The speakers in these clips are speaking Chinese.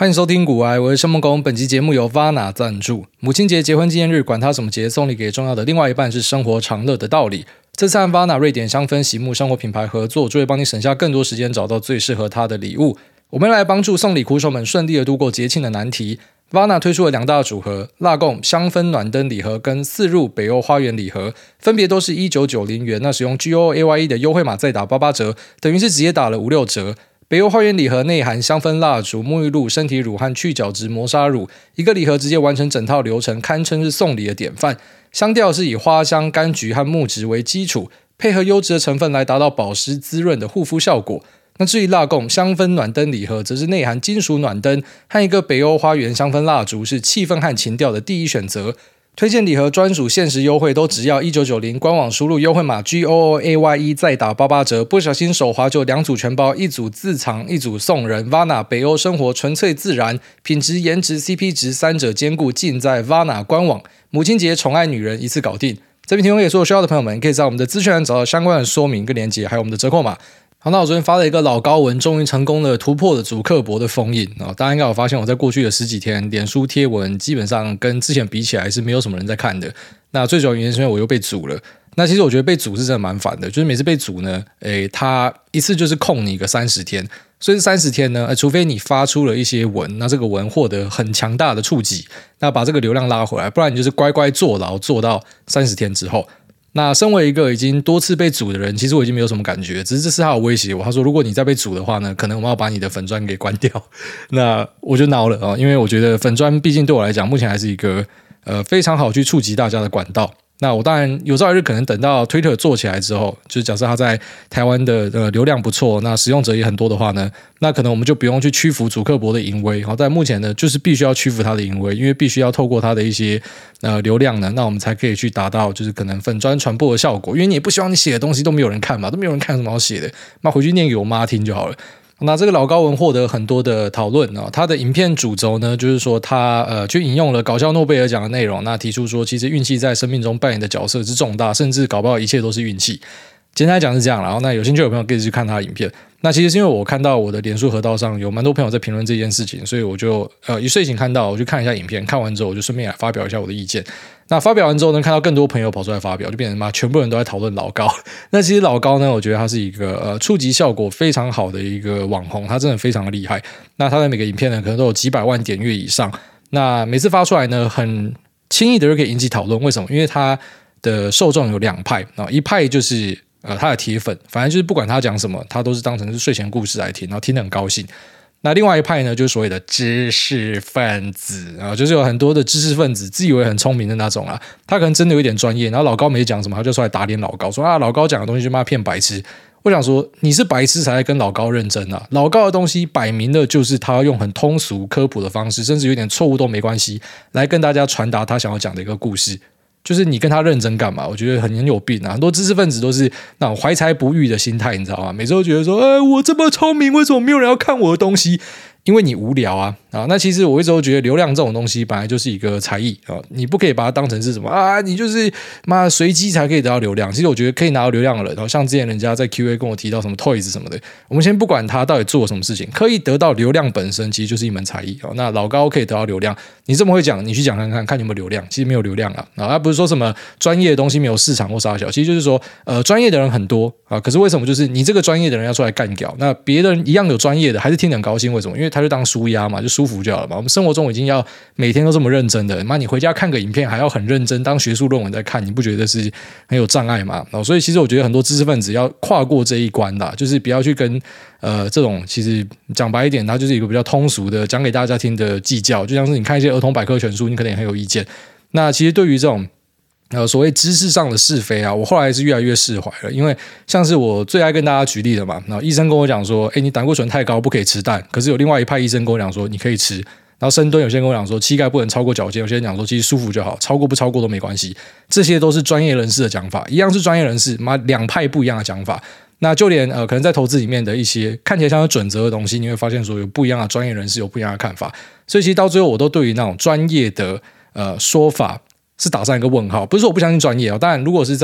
欢迎收听股癌，我是申梦工。本期节目由 Vana 赞助。母亲节、结婚纪念日，管他什么节，送礼给重要的另外一半是生活长乐的道理。这次和 Vana 瑞典香氛洗沐生活品牌合作，就会帮你省下更多时间，找到最适合他的礼物。我们来帮助送礼苦手们顺利的度过节庆的难题。Vana 推出了2大组合，蜡贡香氛暖灯礼盒跟4入北欧花园礼盒，分别都是1990元。那使用 GOAYE 的优惠码再打88折，等于是直接打了5-6折。北欧花园礼盒内含香氛蜡烛、沐浴露、身体乳和去角质磨砂乳，一个礼盒直接完成整套流程，堪称是送礼的典范。香调是以花香、柑橘和木质为基础，配合优质的成分来达到保湿滋润的护肤效果。那至于蜡贡香氛暖灯礼盒，则是内含金属暖灯和一个北欧花园香氛蜡烛，是气氛和情调的第一选择。推荐礼盒专属限时优惠都只要1990，官网输入优惠码 GOOAYE 再打88折，不小心手滑就2组全包，1组自藏1组送人。 Vana 北欧生活纯粹自然，品质颜值 CP 值3者兼顾，尽在 Vana 官网。母亲节宠爱女人一次搞定。这边提供给所有需要的朋友们，可以在我们的资讯栏找到相关的说明跟连结，还有我们的折扣码。好，那我昨天发了一个老高文，终于成功的突破了祖克伯的封印。大家应该有发现，我在过去的10几天脸书贴文基本上跟之前比起来是没有什么人在看的。那最主要原因是因为我又被阻了。那其实我觉得被阻是真的蛮烦的，就是每次被阻呢，他一次就是控你个30天，所以这30天呢，除非你发出了一些文，那这个文获得很强大的触及，那把这个流量拉回来，不然你就是乖乖坐牢做到30天之后。那身为一个已经多次被阻的人，其实我已经没有什么感觉，只是这次他有威胁我，他说如果你再被阻的话呢，可能我们要把你的粉专给关掉。那我就恼了因为我觉得粉专毕竟对我来讲目前还是一个非常好去触及大家的管道。那我当然有朝一日可能等到 Twitter 做起来之后，就是假设它在台湾的流量不错，那使用者也很多的话呢，那可能我们就不用去屈服祖克伯的淫威。但目前呢，就是必须要屈服他的淫威，因为必须要透过他的一些流量呢，那我们才可以去达到就是可能粉专传播的效果。因为你也不希望你写的东西都没有人看嘛，都没有人看什么好写的，那回去念给我妈听就好了。那这个老高文获得很多的讨论他的影片主轴呢，就是说他去引用了搞笑诺贝尔奖的内容，那提出说其实运气在生命中扮演的角色之重大，甚至搞不好一切都是运气。简单来讲是这样，然后那有兴趣的朋友可以去看他的影片。那其实是因为我看到我的脸书河道上有蛮多朋友在评论这件事情，所以我就一睡醒看到，我就看一下影片，看完之后我就顺便来发表一下我的意见。那发表完之后呢，看到更多朋友跑出来发表，就变成全部人都在讨论老高。那其实老高呢，我觉得他是一个触及效果非常好的一个网红，他真的非常的厉害。那他的每个影片呢，可能都有几百万点阅以上。那每次发出来呢，很轻易的就可以引起讨论。为什么？因为他的受众有2派一派就是他的铁粉，反正就是不管他讲什么，他都是当成是睡前故事来听，然后听得很高兴。那另外一派呢，就是所谓的知识分子就是有很多的知识分子自以为很聪明的那种他可能真的有一点专业，然后老高没讲什么，他就出来打脸老高，说老高讲的东西就骂骗白痴。我想说你是白痴才在跟老高认真老高的东西摆明了就是他要用很通俗科普的方式，甚至有点错误都没关系，来跟大家传达他想要讲的一个故事。就是你跟他认真干嘛？我觉得很有病很多知识分子都是那种怀才不遇的心态，你知道吗？每次都觉得说我这么聪明，为什么没有人要看我的东西？因为你无聊那其实我一直都觉得流量这种东西本来就是一个才艺你不可以把它当成是什么你就是随机才可以得到流量。其实我觉得可以拿到流量的人像之前人家在 QA 跟我提到什么 Toys 什么的，我们先不管他到底做了什么事情，可以得到流量本身其实就是一门才艺那老高可以得到流量，你这么会讲，你去讲看看看有没有流量，其实没有流量不是说什么专业的东西没有市场或啥小，其实就是说专业的人很多可是为什么就是你这个专业的人要出来干掉，那别人一样有专业的还是听得很高兴？为什么？因为他就当舒压嘛，就舒服就好了嘛。我们生活中已经要每天都这么认真的，你回家看个影片还要很认真当学术论文在看，你不觉得是很有障碍吗？所以其实我觉得很多知识分子要跨过这一关就是不要去跟这种其实讲白一点，它就是一个比较通俗的讲给大家听的计较，就像是你看一些儿童百科全书，你可能也很有意见。那其实对于这种所谓知识上的是非我后来是越来越释怀了。因为像是我最爱跟大家举例的嘛，医生跟我讲说你胆固醇太高不可以吃蛋，可是有另外一派医生跟我讲说你可以吃。然后深蹲有些人跟我讲说膝盖不能超过脚尖，有些人讲说其实舒服就好，超过不超过都没关系。这些都是专业人士的讲法，一样是专业人士2派不一样的讲法。那就连可能在投资里面的一些看起来像是准则的东西，你会发现说有不一样的专业人士有不一样的看法。所以其实到最后我都对于那种专业的说法是打上一个问号。不是说我不相信专业当然如果是在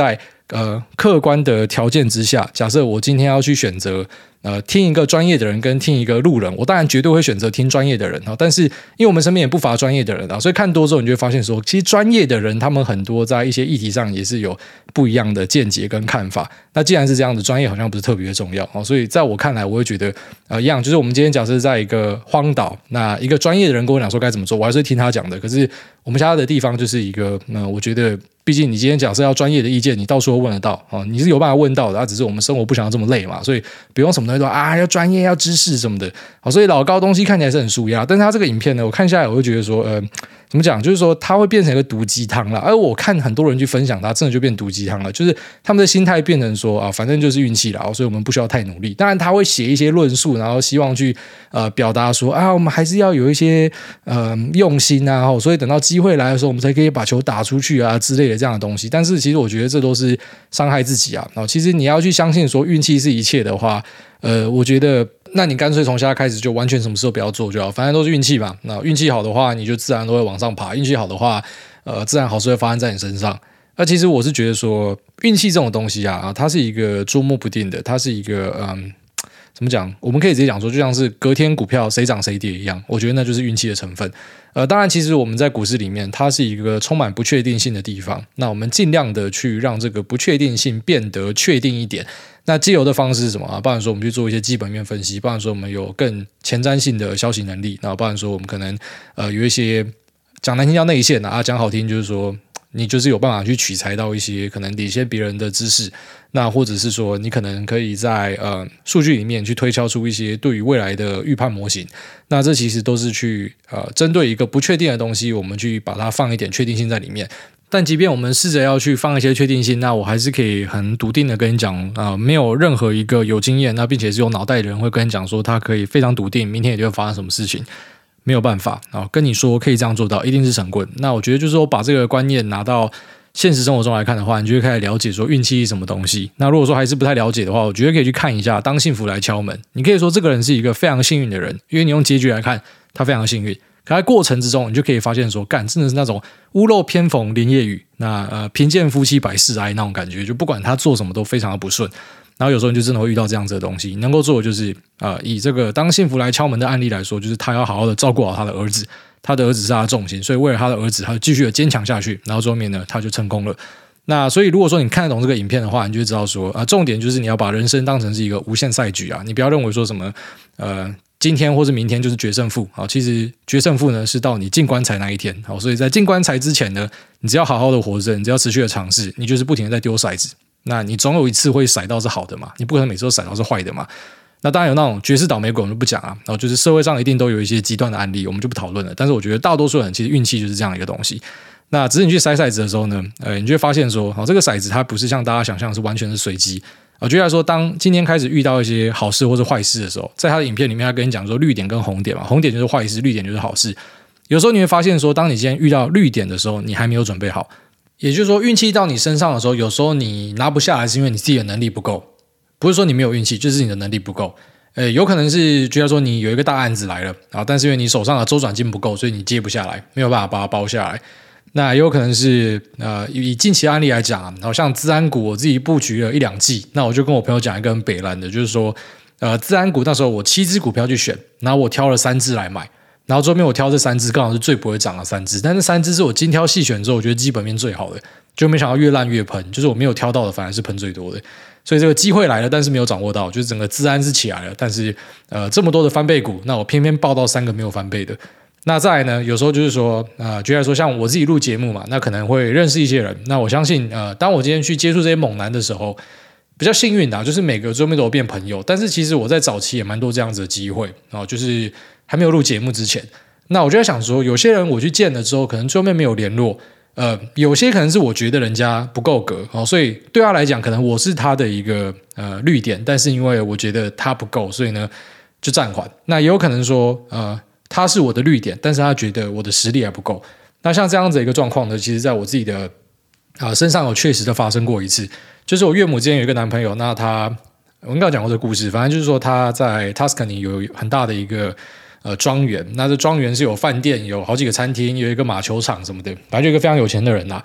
客观的条件之下，假设我今天要去选择听一个专业的人跟听一个路人，我当然绝对会选择听专业的人但是因为我们身边也不乏专业的人所以看多之后你就会发现说，其实专业的人他们很多在一些议题上也是有不一样的见解跟看法。那既然是这样子，专业好像不是特别重要所以在我看来，我会觉得一样，就是我们今天假设在一个荒岛，那一个专业的人跟我讲说该怎么做，我还是会听他讲的。可是我们其他的地方就是一个我觉得毕竟你今天假设要专业的意见，你到处都问得到你是有办法问到的只是我们生活不想要这么累嘛，所以不用什么东西都要专业要知识什么的所以老高东西看起来是很舒压，但是他这个影片呢，我看下来我会觉得说怎么讲，就是说它会变成一个毒鸡汤啦。而我看很多人去分享它，真的就变毒鸡汤了，就是他们的心态变成说反正就是运气啦所以我们不需要太努力。当然他会写一些论述，然后希望去表达说我们还是要有一些用心所以等到机会来的时候，我们才可以把球打出去之类的这样的东西。但是其实我觉得这都是伤害自己其实你要去相信说运气是一切的话，我觉得那你干脆从现在开始就完全什么事都不要做就好，反正都是运气嘛。那运气好的话，你就自然都会往上爬；运气好的话，自然好事会发生在你身上。那其实我是觉得说，运气这种东西它是一个捉摸不定的，它是一个怎么讲？我们可以直接讲说，就像是隔天股票谁涨谁跌一样，我觉得那就是运气的成分。当然，其实我们在股市里面，它是一个充满不确定性的地方。那我们尽量的去让这个不确定性变得确定一点。那藉由的方式是什么包含说我们去做一些基本面分析，包含说我们有更前瞻性的消息能力，那包含说我们可能有一些讲难听叫内线讲好听就是说你就是有办法去取材到一些可能领先别人的知识，那或者是说你可能可以在数据里面去推敲出一些对于未来的预判模型。那这其实都是去针对一个不确定的东西，我们去把它放一点确定性在里面。但即便我们试着要去放一些确定性，那我还是可以很笃定的跟你讲没有任何一个有经验并且是有脑袋的人会跟你讲说他可以非常笃定明天一定会发生什么事情，没有办法跟你说可以这样做到一定是神棍。那我觉得就是说把这个观念拿到现实生活中来看的话，你就会开始了解说运气是什么东西。那如果说还是不太了解的话，我觉得可以去看一下当幸福来敲门。你可以说这个人是一个非常幸运的人，因为你用结局来看他非常幸运，可在过程之中你就可以发现说干真的是那种屋漏偏逢连夜雨，那贫贱夫妻百事哀那种感觉，就不管他做什么都非常的不顺。然后有时候你就真的会遇到这样子的东西，能够做的就是以这个当幸福来敲门的案例来说，就是他要好好的照顾好他的儿子，他的儿子是他的重心，所以为了他的儿子他就继续的坚强下去，然后最后面呢他就成功了。那所以如果说你看得懂这个影片的话，你就会知道说重点就是你要把人生当成是一个无限赛局你不要认为说什么今天或是明天就是决胜负其实决胜负呢是到你进棺材那一天所以在进棺材之前呢，你只要好好的活着，你只要持续的尝试，你就是不停的在丢骰子，那你总有一次会骰到是好的嘛，你不可能每次都骰到是坏的嘛。那当然有那种绝世倒霉鬼我们就不讲然后就是社会上一定都有一些极端的案例，我们就不讨论了。但是我觉得大多数人其实运气就是这样一个东西。那只是你去筛骰子的时候呢你就会发现说这个骰子它不是像大家想象是完全是随机举例来说，当今天开始遇到一些好事或是坏事的时候，在他的影片里面他跟你讲说绿点跟红点嘛，红点就是坏事，绿点就是好事。有时候你会发现说，当你今天遇到绿点的时候，你还没有准备好，也就是说运气到你身上的时候，有时候你拿不下来是因为你自己的能力不够，不是说你没有运气，就是你的能力不够。有可能是觉得说你有一个大案子来了但是因为你手上的周转金不够，所以你接不下来，没有办法把它包下来。那也有可能是以近期的案例来讲好像资安股我自己布局了1-2季，那我就跟我朋友讲一个很北烂的，就是说资安股那时候我7只股票去选，然后我挑了3只来买，然后最后面我挑这3只刚好是最不会涨的3只，但是3只是我精挑细选之后我觉得基本面最好的，就没想到越烂越喷，就是我没有挑到的反而是喷最多的。所以这个机会来了，但是没有掌握到，就是整个资安是起来了，但是这么多的翻倍股，那我偏偏报到3个没有翻倍的。那再来呢，有时候就是说举例来说，像我自己录节目嘛，那可能会认识一些人，那我相信当我今天去接触这些猛男的时候，比较幸运就是每个最后面都有变朋友。但是其实我在早期也蛮多这样子的机会就是还没有录节目之前，那我就在想说，有些人我去见了之后，可能最后面没有联络，有些可能是我觉得人家不够格所以对他来讲，可能我是他的一个绿点，但是因为我觉得他不够，所以呢就暂缓。那也有可能说他是我的绿点，但是他觉得我的实力还不够。那像这样子的一个状况呢，其实在我自己的身上有确实的发生过一次，就是我岳母之前有一个男朋友，那我应该有讲过这个故事，反正就是说他在 Tuscany 有很大的一个庄园，那这庄园是有饭店，有好几个餐厅，有一个马球场什么的，反正就一个非常有钱的人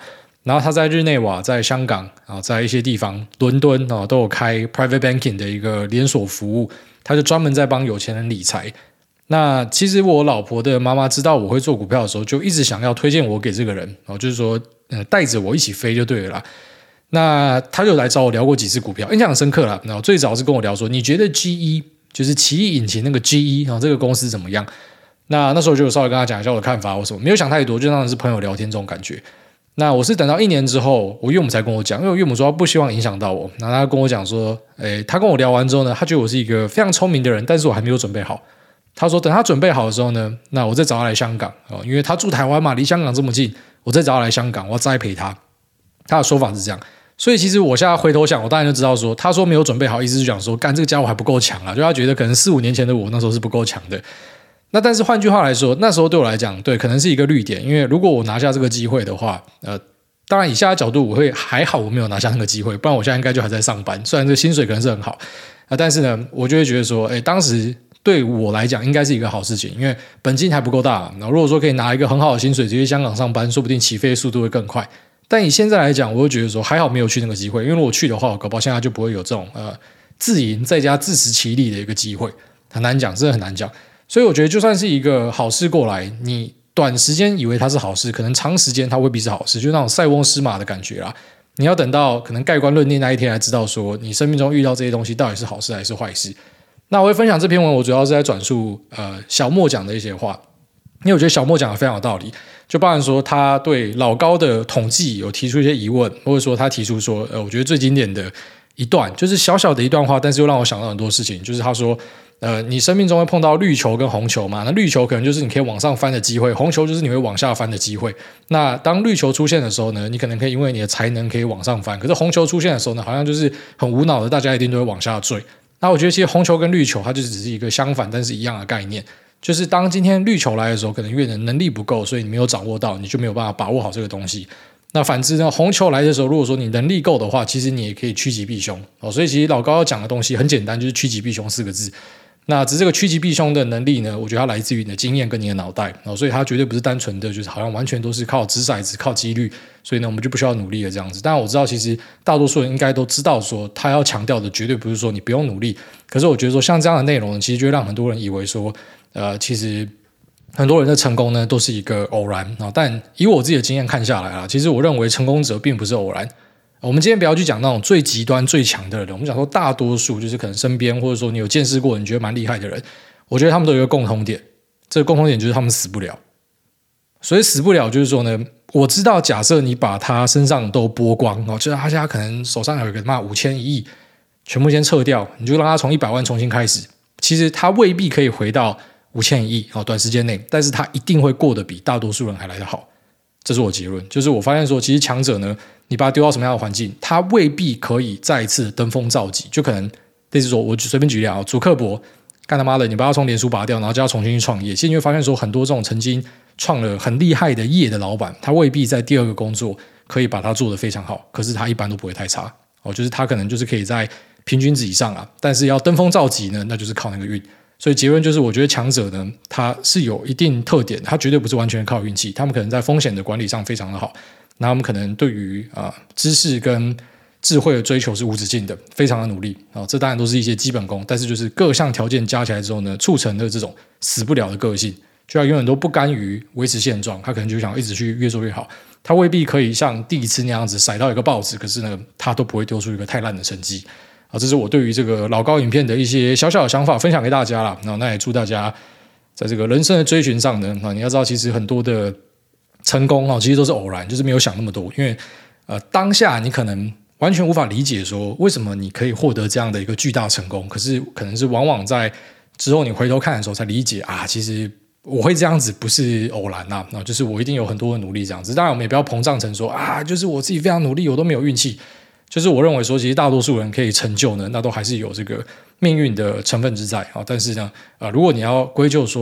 然后他在日内瓦、在香港啊，在一些地方，伦敦啊都有开 private banking 的一个连锁服务，他就专门在帮有钱人理财。那其实我老婆的妈妈知道我会做股票的时候，就一直想要推荐我给这个人，就是说带着我一起飞就对了啦。那他就来找我聊过几次股票，印象很深刻啦。然后最早是跟我聊说，你觉得 GE 就是奇异引擎那个 GE 这个公司怎么样？那时候就有稍微跟他讲一下我的看法或什么，没有想太多，就当然是朋友聊天这种感觉。那我是等到1年之后，我岳母才跟我讲，因为我岳母说她不希望影响到我。然后他跟我讲说，他跟我聊完之后呢，他觉得我是一个非常聪明的人，但是我还没有准备好。他说等他准备好的时候呢，那我再找他来香港因为他住台湾嘛，离香港这么近，我再找他来香港，我要栽培他。他的说法是这样，所以其实我现在回头想，我当然就知道说，他说没有准备好，意思是讲说，干这个家伙还不够强啊，就他觉得可能4-5年前的我那时候是不够强的。那但是换句话来说，那时候对我来讲，对，可能是一个绿点，因为如果我拿下这个机会的话，当然以下的角度我会还好，我没有拿下那个机会，不然我现在应该就还在上班，虽然这个薪水可能是很好但是呢，我就会觉得说，当时对我来讲应该是一个好事情，因为本金还不够大。然后如果说可以拿一个很好的薪水直接香港上班，说不定起飞的速度会更快。但以现在来讲，我会觉得说还好没有去那个机会，因为如果去的话，我搞不好现在就不会有这种自赢再加自食其力的一个机会，很难讲，真的很难讲。所以我觉得就算是一个好事过来，你短时间以为它是好事，可能长时间它未必是好事，就那种塞翁失马的感觉啦。你要等到可能盖棺论定那一天才知道说你生命中遇到这些东西到底是好事还是坏事。那我会分享这篇文，我主要是在转述小莫讲的一些话，因为我觉得小莫讲的非常有道理，就包含说他对老高的统计有提出一些疑问，或者说他提出说我觉得最经典的一段就是小小的一段话，但是又让我想到很多事情，就是他说你生命中会碰到绿球跟红球嘛？那绿球可能就是你可以往上翻的机会，红球就是你会往下翻的机会。那当绿球出现的时候呢，你可能可以因为你的才能可以往上翻，可是红球出现的时候呢，好像就是很无脑的，大家一定都会往下坠。那我觉得其实红球跟绿球它就只是一个相反但是一样的概念，就是当今天绿球来的时候，可能因为你的能力不够，所以你没有掌握到，你就没有办法把握好这个东西。那反之呢，红球来的时候，如果说你能力够的话，其实你也可以趋吉避凶所以其实老高要讲的东西很简单，就是趋吉避凶4个字。那只是这个趋吉避凶的能力呢，我觉得它来自于你的经验跟你的脑袋所以它绝对不是单纯的就是好像完全都是靠掷骰子靠几率，所以呢我们就不需要努力了这样子。当然我知道其实大多数人应该都知道说他要强调的绝对不是说你不用努力，可是我觉得说像这样的内容其实就会让很多人以为说其实很多人的成功呢都是一个偶然但以我自己的经验看下来其实我认为成功者并不是偶然。我们今天不要去讲那种最极端最强的人，我们讲说大多数就是可能身边或者说你有见识过你觉得蛮厉害的人，我觉得他们都有一个共同点，这个共同点就是他们死不了。所以死不了就是说呢，我知道假设你把他身上都剥光就是他现在可能手上有一个5000、1亿全部先撤掉，你就让他从100万重新开始，其实他未必可以回到5000、1亿短时间内，但是他一定会过得比大多数人还来得好。这是我结论，就是我发现说其实强者呢，你把他丢到什么样的环境，他未必可以再一次登峰造极。就可能类似说我随便举例祖克伯干他妈的你把他从脸书拔掉，然后叫他重新去创业，其实你会发现说很多这种曾经创了很厉害的业的老板，他未必在第二个工作可以把它做得非常好，可是他一般都不会太差就是他可能就是可以在平均值以上但是要登峰造极呢，那就是靠那个运。所以结论就是，我觉得强者呢，他是有一定特点，他绝对不是完全靠运气，他们可能在风险的管理上非常的好，那他们可能对于知识跟智慧的追求是无止境的，非常的努力这当然都是一些基本功，但是就是各项条件加起来之后呢，促成了这种死不了的个性，就他永远都不甘于维持现状，他可能就想一直去越做越好，他未必可以像第一次那样子甩到一个报纸，可是呢，他都不会丢出一个太烂的成绩。这是我对于这个老高影片的一些小小的想法，分享给大家啦。那也祝大家在这个人生的追寻上呢，你要知道其实很多的成功其实都是偶然，就是没有想那么多。因为当下你可能完全无法理解说为什么你可以获得这样的一个巨大成功，可是可能是往往在之后你回头看的时候才理解其实我会这样子不是偶然就是我一定有很多的努力这样子。当然我们也不要膨胀成说就是我自己非常努力，我都没有运气。就是我认为说其实大多数人可以成就呢，那都还是有这个命运的成分之在但是呢如果你要归咎说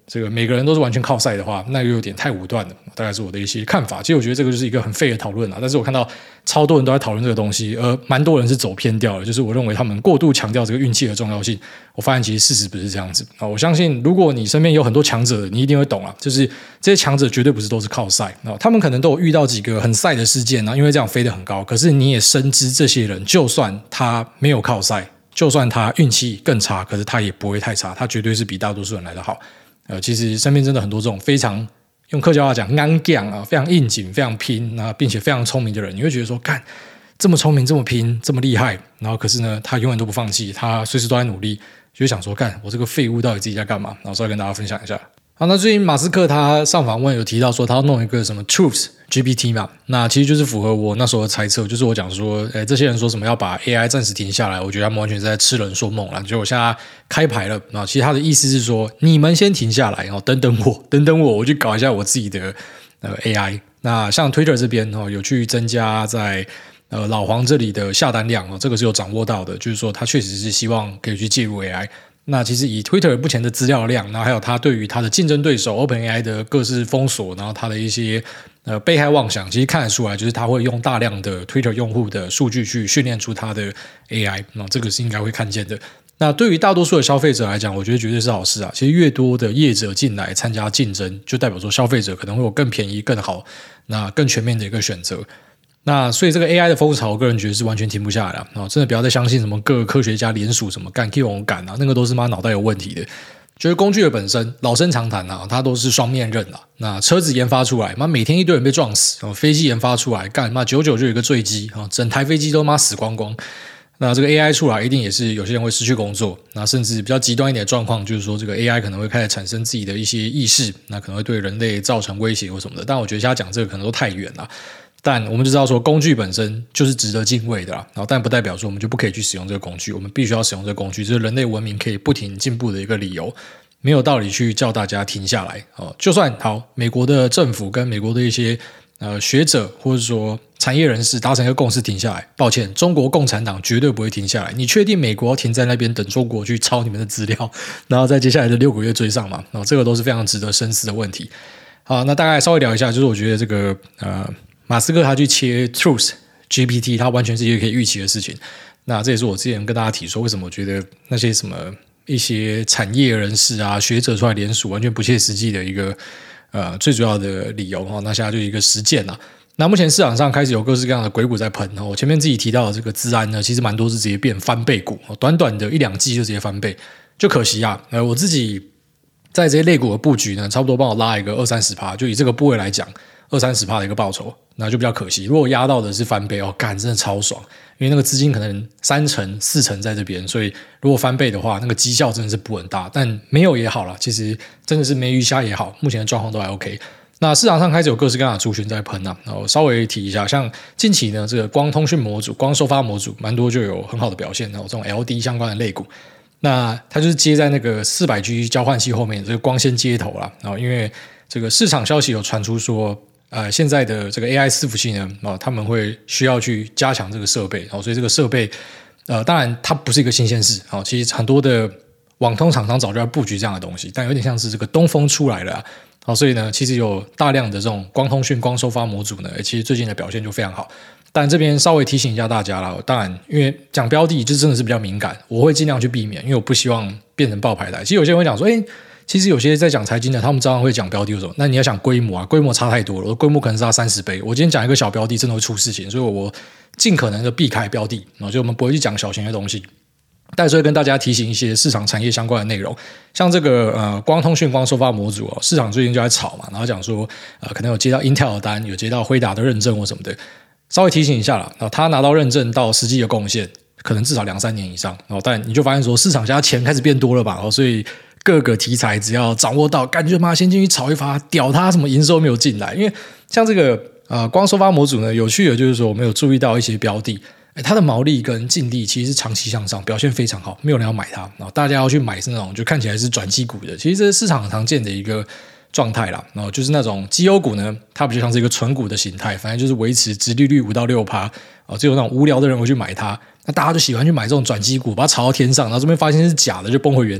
这个每个人都是完全靠赛的话，那又有点太武断了，大概是我的一些看法。其实我觉得这个就是一个很废的讨论啊，但是我看到超多人都在讨论这个东西，而蛮多人是走偏掉了，就是我认为他们过度强调这个运气的重要性。我发现其实事实不是这样子啊。我相信如果你身边有很多强者，你一定会懂啊，就是这些强者绝对不是都是靠赛啊，他们可能都有遇到几个很赛的事件啊，因为这样飞得很高。可是你也深知这些人，就算他没有靠赛，就算他运气更差，可是他也不会太差，他绝对是比大多数人来得好。其实身边真的很多这种非常用客家话讲硬犟啊，非常应景、非常拼啊，并且非常聪明的人，你会觉得说，干这么聪明、这么拼、这么厉害，然后可是呢，他永远都不放弃，他随时都在努力，就会想说，干我这个废物到底自己在干嘛？然后稍微跟大家分享一下。好，那最近马斯克他上访问有提到说他要弄一个什么 Truth GPT 嘛，那其实就是符合我那时候的猜测，就是我讲说，这些人说什么要把 AI 暂时停下来，我觉得他们完全是在痴人说梦啦。就我现在开牌了，其实他的意思是说，你们先停下来，然后等等我去搞一下我自己的AI。那像 Twitter 这边有去增加在老黄这里的下单量，这个是有掌握到的，就是说他确实是希望可以去介入 AI。那其实以 Twitter 目前的资料量，然后还有他对于他的竞争对手 OpenAI 的各式封锁，然后他的一些被害妄想，其实看得出来，就是他会用大量的 Twitter 用户的数据去训练出他的 AI， 那这个是应该会看见的。那对于大多数的消费者来讲，我觉得绝对是好事啊。其实越多的业者进来参加竞争，就代表说消费者可能会有更便宜、更好、那更全面的一个选择。那所以这个 AI 的风潮，我个人觉得是完全停不下来了啊！真的不要再相信什么各个科学家联署什么干 Q 感啊，那个都是脑袋有问题的。就是工具的本身老生常谈啊，它都是双面刃啊。那车子研发出来，每天一堆人被撞死；飞机研发出来，干久就有一个坠机啊，整台飞机都死光光。那这个 AI 出来，一定也是有些人会失去工作，那甚至比较极端一点的状况，就是说这个 AI 可能会开始产生自己的一些意识，那可能会对人类造成威胁或什么的。但我觉得现在讲这个可能都太远了。但我们就知道说工具本身就是值得敬畏的啦，然后但不代表说我们就不可以去使用这个工具，我们必须要使用这个工具，这是人类文明可以不停进步的一个理由，没有道理去叫大家停下来哦。就算好，美国的政府跟美国的一些学者或者说产业人士达成一个共识停下来，抱歉，中国共产党绝对不会停下来。你确定美国要停在那边等中国去抄你们的资料，然后在接下来的6个月追上吗？这个都是非常值得深思的问题。好，那大概稍微聊一下，就是我觉得这个马斯克他去切 Truth GPT， 他完全是一个可以预期的事情。那这也是我之前跟大家提说，为什么我觉得那些什么一些产业人士啊、学者出来联署，完全不切实际的一个最主要的理由。那现在就一个实践啦。那目前市场上开始有各式各样的鬼股在喷。我前面自己提到的这个资安呢，其实蛮多是直接变翻倍股，短短的1-2季就直接翻倍，就可惜啊。我自己在这些类股的布局呢，差不多帮我拉一个20-30%，就以这个部位来讲，20-30%的一个报酬，那就比较可惜。如果压到的是翻倍干真的超爽，因为那个资金可能3成4成在这边，所以如果翻倍的话，那个绩效真的是不很大。但没有也好啦，其实真的是没鱼虾也好，目前的状况都还 OK。那市场上开始有各式各样的族群在喷啊，我稍微提一下，像近期呢，这个光通讯模组、光收发模组，蛮多就有很好的表现，这种 LD 相关的类股。那它就是接在那个 400G 交换器后面这个光纤接头啦，因为这个市场消息有传出说现在的这个 AI 伺服器呢他们会需要去加强这个设备，所以这个设备当然它不是一个新鲜事，其实很多的网通厂商早就要布局这样的东西，但有点像是这个东风出来了所以呢其实有大量的这种光通讯光收发模组呢其实最近的表现就非常好。但这边稍微提醒一下大家啦，当然因为讲标的就真的是比较敏感，我会尽量去避免，因为我不希望变成爆牌台。其实有些人会讲说其实有些在讲财经的他们照样会讲标的，那你要想规模规模差太多了，我的规模可能是它30倍，我今天讲一个小标的真的会出事情，所以我尽可能的避开标的，就我们不会去讲小型的东西，但是会跟大家提醒一些市场产业相关的内容，像这个光通讯光收发模组市场最近就在炒嘛，然后讲说可能有接到 Intel 的单，有接到辉达的认证或什么的，稍微提醒一下啦，他拿到认证到实际的贡献可能至少2-3年以上，但你就发现说市场现在钱开始变多了吧，所以各个题材只要掌握到，感觉先进去炒一发，屌他什么营收没有进来。因为像这个光收发模组呢，有趣的就是说我们有注意到一些标的，它的毛利跟净利其实是长期向上，表现非常好，没有人要买它，大家要去买是那种就看起来是转机股的，其实这是市场很常见的一个状态啦，就是那种绩优股呢，它比较像是一个纯股的形态，反正就是维持殖利率5-6%，只有那种无聊的人会去买它，那大家就喜欢去买这种转机股，把它炒到天上，然后这边发现是假的就崩回原地，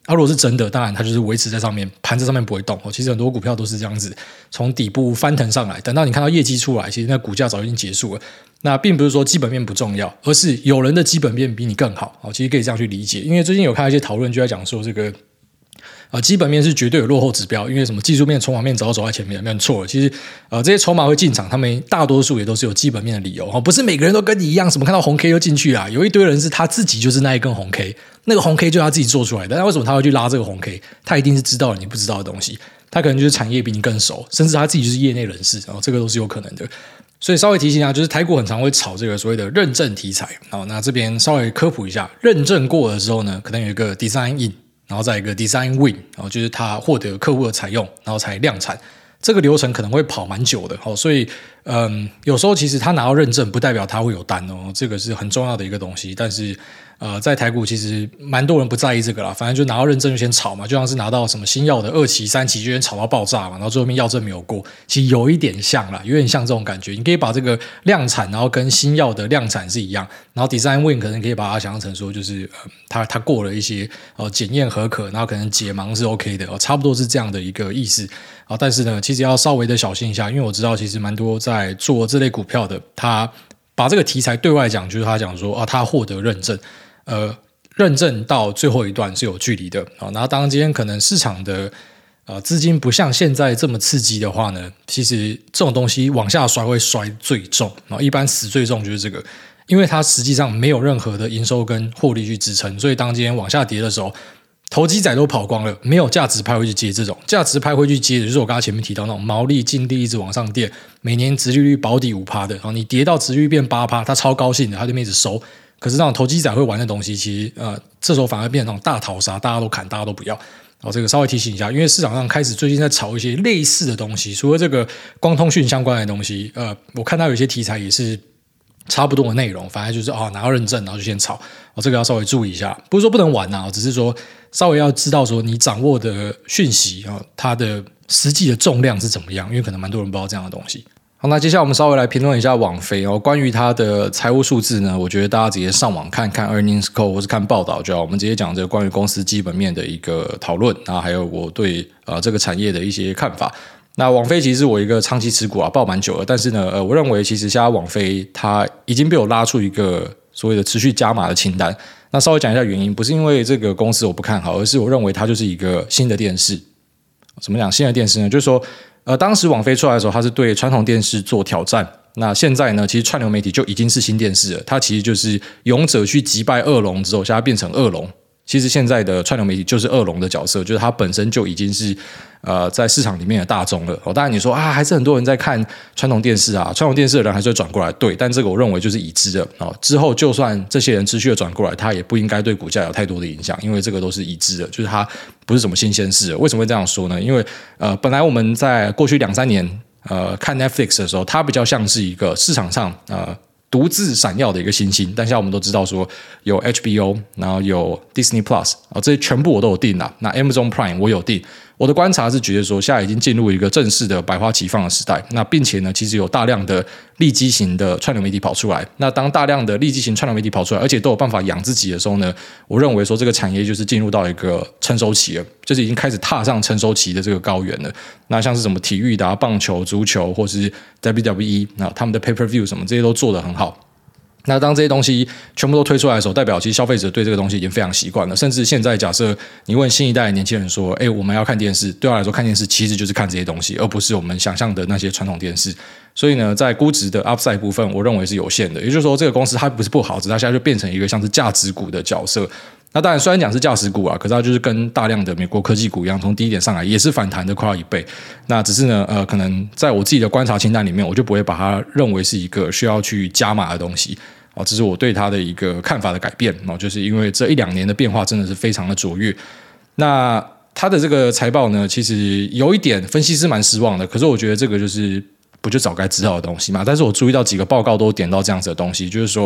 如果是真的，当然它就是维持在上面，盘在上面不会动。其实很多股票都是这样子，从底部翻腾上来，等到你看到业绩出来，其实那股价早已经结束了。那并不是说基本面不重要，而是有人的基本面比你更好。其实可以这样去理解，因为最近有看到一些讨论，就在讲说这个。基本面是绝对有落后指标，因为什么技术面、筹码面早走在前面，没有错了。其实这些筹码会进场，他们大多数也都是有基本面的理由，不是每个人都跟你一样，什么看到红 K 就进去啊。有一堆人是他自己就是那一根红 K， 那个红 K 就是他自己做出来的。那为什么他会去拉这个红 K？ 他一定是知道了你不知道的东西，他可能就是产业比你更熟，甚至他自己就是业内人士，这个都是有可能的。所以稍微提醒一下，就是台股很常会炒这个所谓的认证题材。那这边稍微科普一下，认证过的时候呢，可能有一个 design in。然后再一个 design win， 就是他获得客户的采用，然后才量产，这个流程可能会跑蛮久的。所以有时候其实他拿到认证不代表他会有单这个是很重要的一个东西。但是在台股其实蛮多人不在意这个啦，反正就拿到认证就先炒嘛，就像是拿到什么新药的2期3期就先炒到爆炸嘛，然后最后面药证没有过，其实有一点像啦，有点像这种感觉。你可以把这个量产然后跟新药的量产是一样，然后 design win 可能可以把它想象成说就是他过了一些检验合可，然后可能解盲是 OK 的差不多是这样的一个意思。但是呢其实要稍微的小心一下，因为我知道其实蛮多在做这类股票的，他把这个题材对外讲，就是他讲说他获得认证，认证到最后一段是有距离的。然后当今天可能市场的资金不像现在这么刺激的话呢，其实这种东西往下摔会摔最重，一般死最重就是这个，因为它实际上没有任何的营收跟获利去支撑，所以当今天往下跌的时候，投机仔都跑光了，没有价值派会去接这种，价值派会去接的就是我刚才前面提到那种毛利净利一直往上垫，每年殖利率保底 5% 的，你跌到殖利率变 8%， 他超高兴的，他就一直收。可是那种投机仔会玩的东西，其实这时候反而变成那种大逃杀，大家都砍，大家都不要。这个稍微提醒一下，因为市场上开始最近在炒一些类似的东西，除了这个光通讯相关的东西，我看到有些题材也是差不多的内容，反正就是拿到认证然后就先炒，这个要稍微注意一下，不是说不能玩只是说稍微要知道说你掌握的讯息它的实际的重量是怎么样，因为可能蛮多人不知道这样的东西。好，那接下来我们稍微来评论一下网飞关于它的财务数字呢，我觉得大家直接上网看 earnings call 或是看报道就好，我们直接讲这个关于公司基本面的一个讨论，然后还有我对这个产业的一些看法。那网飞其实是我一个长期持股抱蛮久了，但是呢我认为其实现在网飞它已经被我拉出一个所谓的持续加码的清单。那稍微讲一下原因，不是因为这个公司我不看好，而是我认为它就是一个新的电视。怎么讲新的电视呢？就是说当时网飞出来的时候，它是对传统电视做挑战。那现在呢，其实串流媒体就已经是新电视了，它其实就是勇者去击败恶龙之后，现在变成恶龙。其实现在的串流媒体就是恶龙的角色，就是它本身就已经是在市场里面的大众了。当然你说还是很多人在看传统电视传统电视的人还是会转过来，对，但这个我认为就是已知的之后就算这些人持续的转过来，它也不应该对股价有太多的影响，因为这个都是已知的，就是它不是什么新鲜事了。为什么会这样说呢？因为本来我们在过去2-3年看 Netflix 的时候，它比较像是一个市场上独自闪耀的一个新星，但现在我们都知道说有 HBO， 然后有 Disney Plus， 这些全部我都有订啦。那 Amazon Prime 我有订。我的观察是觉得说，现在已经进入一个正式的百花齐放的时代。那并且呢，其实有大量的利基型的串流媒体跑出来。那当大量的利基型串流媒体跑出来，而且都有办法养自己的时候呢，我认为说这个产业就是进入到一个成熟期了，就是已经开始踏上成熟期的这个高原了。那像是什么体育的棒球、足球，或是 WWE， 那他们的 Pay-per-view 什么这些都做得很好。那当这些东西全部都推出来的时候，代表其实消费者对这个东西已经非常习惯了。甚至现在假设你问新一代的年轻人说我们要看电视，对他来说看电视其实就是看这些东西，而不是我们想象的那些传统电视。所以呢，在估值的 upside 部分我认为是有限的，也就是说这个公司它不是不好，只是它现在就变成一个像是价值股的角色。那当然虽然讲是价值股可是它就是跟大量的美国科技股一样，从低点上来也是反弹的快要1倍。那只是呢可能在我自己的观察清单里面，我就不会把它认为是一个需要去加码的东西。这是我对它的一个看法的改变，就是因为这1-2年的变化真的是非常的卓越。那它的这个财报呢，其实有一点分析师蛮失望的，可是我觉得这个就是不就早该知道的东西嘛。但是我注意到几个报告都点到这样子的东西，就是说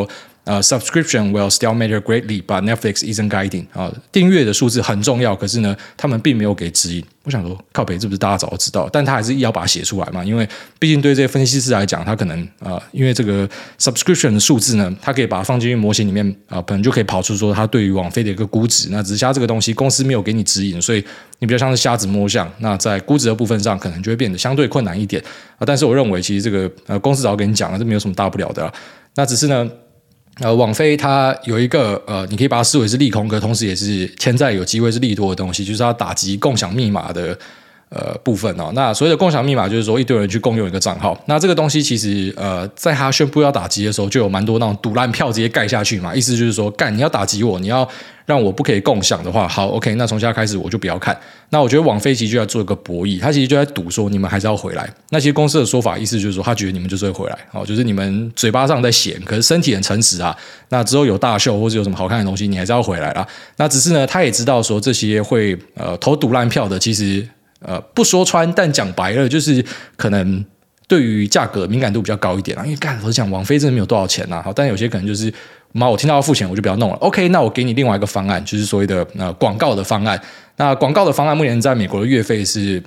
subscription will still matter greatly, but Netflix isn't guiding 订阅的数字很重要，可是呢，他们并没有给指引。我想说，靠北，这不是大家早就知道，但他还是要把它写出来嘛，因为毕竟对这些分析师来讲，他可能因为这个 subscription 的数字呢，他可以把它放进去模型里面可能就可以跑出说他对于网飞的一个估值。那只是它这个东西公司没有给你指引，所以你比较像是瞎子摸象。那在估值的部分上，可能就会变得相对困难一点但是我认为，其实这个公司早跟你讲了，这没有什么大不了的那只是呢。网飞它有一个你可以把它视为是利空，可同时也是潜在有机会是利多的东西，就是它打击共享密码的部分那所谓的共享密码就是说一堆人去共用一个账号。那这个东西其实在他宣布要打击的时候，就有蛮多那种赌烂票直接盖下去嘛，意思就是说干你要打击我，你要让我不可以共享的话，好 OK， 那从现在开始我就不要看。那我觉得网飞其实就在做一个博弈，他其实就在赌说你们还是要回来。那其实公司的说法意思就是说，他觉得你们就是会回来就是你们嘴巴上在闲，可是身体很诚实那之后有大秀或者有什么好看的东西，你还是要回来啦。那只是呢，他也知道说这些会投赌烂票的，其实不说穿，但讲白了就是可能对于价格敏感度比较高一点因为干我讲网飞真的没有多少钱好，但有些可能就是我听到要付钱我就不要弄了 OK， 那我给你另外一个方案，就是所谓的广告的方案。那广告的方案目前在美国的月费是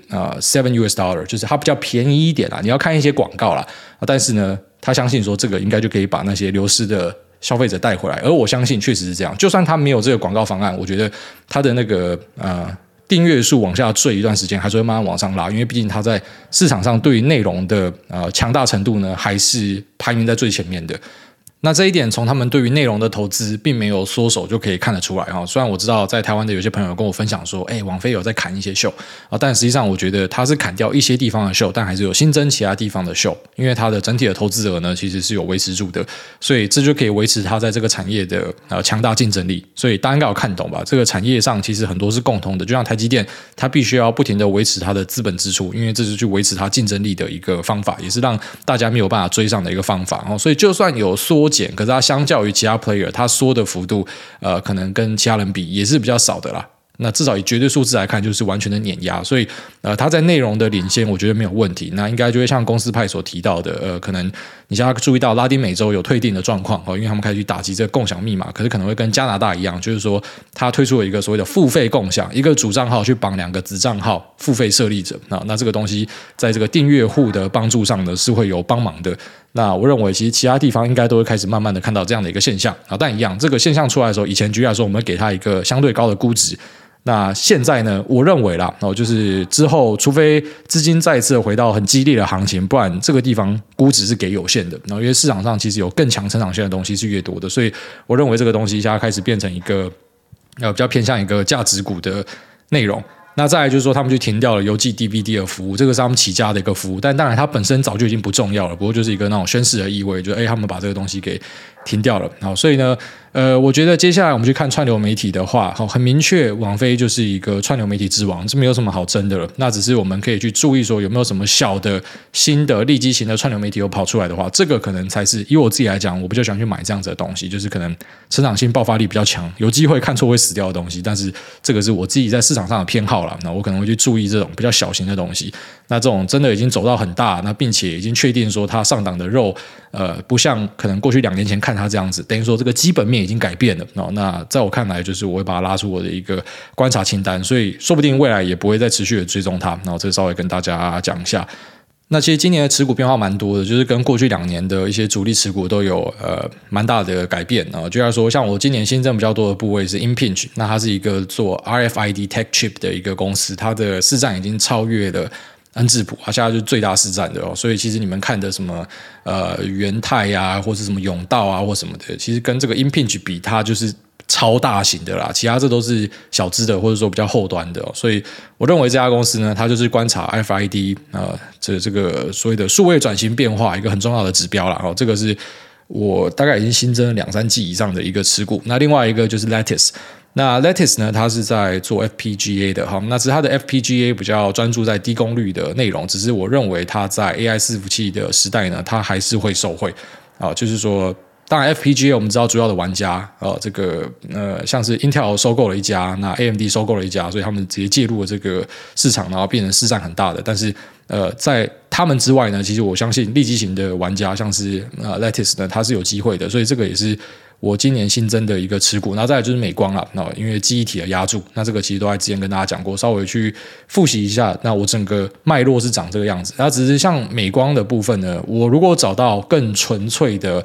$7，就是它比较便宜一点你要看一些广告啦但是呢他相信说这个应该就可以把那些流失的消费者带回来，而我相信确实是这样。就算他没有这个广告方案，我觉得他的那个订阅数往下坠一段时间，还是会慢慢往上拉，因为毕竟它在市场上对于内容的强大程度呢，还是排名在最前面的。那这一点从他们对于内容的投资并没有缩手就可以看得出来虽然我知道在台湾的有些朋友跟我分享说网飞有在砍一些秀但实际上我觉得它是砍掉一些地方的秀，但还是有新增其他地方的秀，因为它的整体的投资额呢其实是有维持住的，所以这就可以维持它在这个产业的强大竞争力。所以大家应该有看懂吧，这个产业上其实很多是共通的，就像台积电它必须要不停的维持它的资本支出，因为这是去维持它竞争力的一个方法，也是让大家没有办法追上的一个方法所以就算有缩减，可是它相较于其他 player， 它缩的幅度可能跟其他人比也是比较少的啦。那至少以绝对数字来看，就是完全的碾压，所以它在内容的领先，我觉得没有问题。那应该就会像公司派所提到的，可能你现在注意到拉丁美洲有退订的状况因为他们开始去打击这个共享密码，可是可能会跟加拿大一样，就是说它推出了一个所谓的付费共享，一个主账号去绑两个子账号，付费设立者那这个东西在这个订阅户的帮助上呢是会有帮忙的。那我认为其实其他地方应该都会开始慢慢的看到这样的一个现象但一样这个现象出来的时候，以前举例来说我们会给它一个相对高的估值，那现在呢我认为啦就是之后除非资金再次回到很激烈的行情，不然这个地方估值是给有限的因为市场上其实有更强成长性的东西是越多的，所以我认为这个东西现在开始变成一个比较偏向一个价值股的内容。那再来就是说他们就停掉了邮寄 DVD 的服务，这个是他们起家的一个服务，但当然它本身早就已经不重要了，不过就是一个那种宣示的意味，就是他们把这个东西给停掉了所以呢我觉得接下来我们去看串流媒体的话很明确网飞就是一个串流媒体之王，这没有什么好争的了。那只是我们可以去注意说有没有什么小的新的利基型的串流媒体有跑出来的话，这个可能才是以我自己来讲我比较喜欢去买这样子的东西，就是可能成长性爆发力比较强，有机会看错会死掉的东西，但是这个是我自己在市场上的偏好啦，那我可能会去注意这种比较小型的东西。那这种真的已经走到很大，那并且已经确定说它上档的肉不像可能过去2年前看它这样子，等于说这个基本面已经改变了那在我看来就是我会把它拉出我的一个观察清单，所以说不定未来也不会再持续的追踪它，然后这个稍微跟大家讲一下。那其实今年的持股变化蛮多的，就是跟过去2年的一些主力持股都有蛮大的改变就像说像我今年新增比较多的部位是 Impinj， 那它是一个做 RFID Tech Chip 的一个公司，它的市占已经超越了恩智浦，它现在就是最大市占的所以其实你们看的什么元泰啊，或是什么甬道啊或什么的，其实跟这个 Impinj 比，它就是超大型的啦，其他这都是小资的或者说比较后端的所以我认为这家公司呢，它就是观察 RFID 这个所谓的数位转型变化一个很重要的指标啦这个是我大概已经新增了2-3季以上的一个持股。那另外一个就是 Lattice， 那 Lattice 呢，它是在做 FPGA 的那只是它的 FPGA 比较专注在低功率的内容，只是我认为它在 AI 伺服器的时代呢，它还是会受惠就是说当然 FPGA 我们知道主要的玩家这个像是 Intel 收购了一家，那 AMD 收购了一家，所以他们直接介入了这个市场，然后变成市占很大的。但是在他们之外呢，其实我相信利基型的玩家像是Lattice 呢，它是有机会的，所以这个也是我今年新增的一个持股。然后再来就是美光啦，因为记忆体的压住，那这个其实都在之前跟大家讲过，稍微去复习一下。那我整个脉络是长这个样子。那只是像美光的部分呢，我如果找到更纯粹的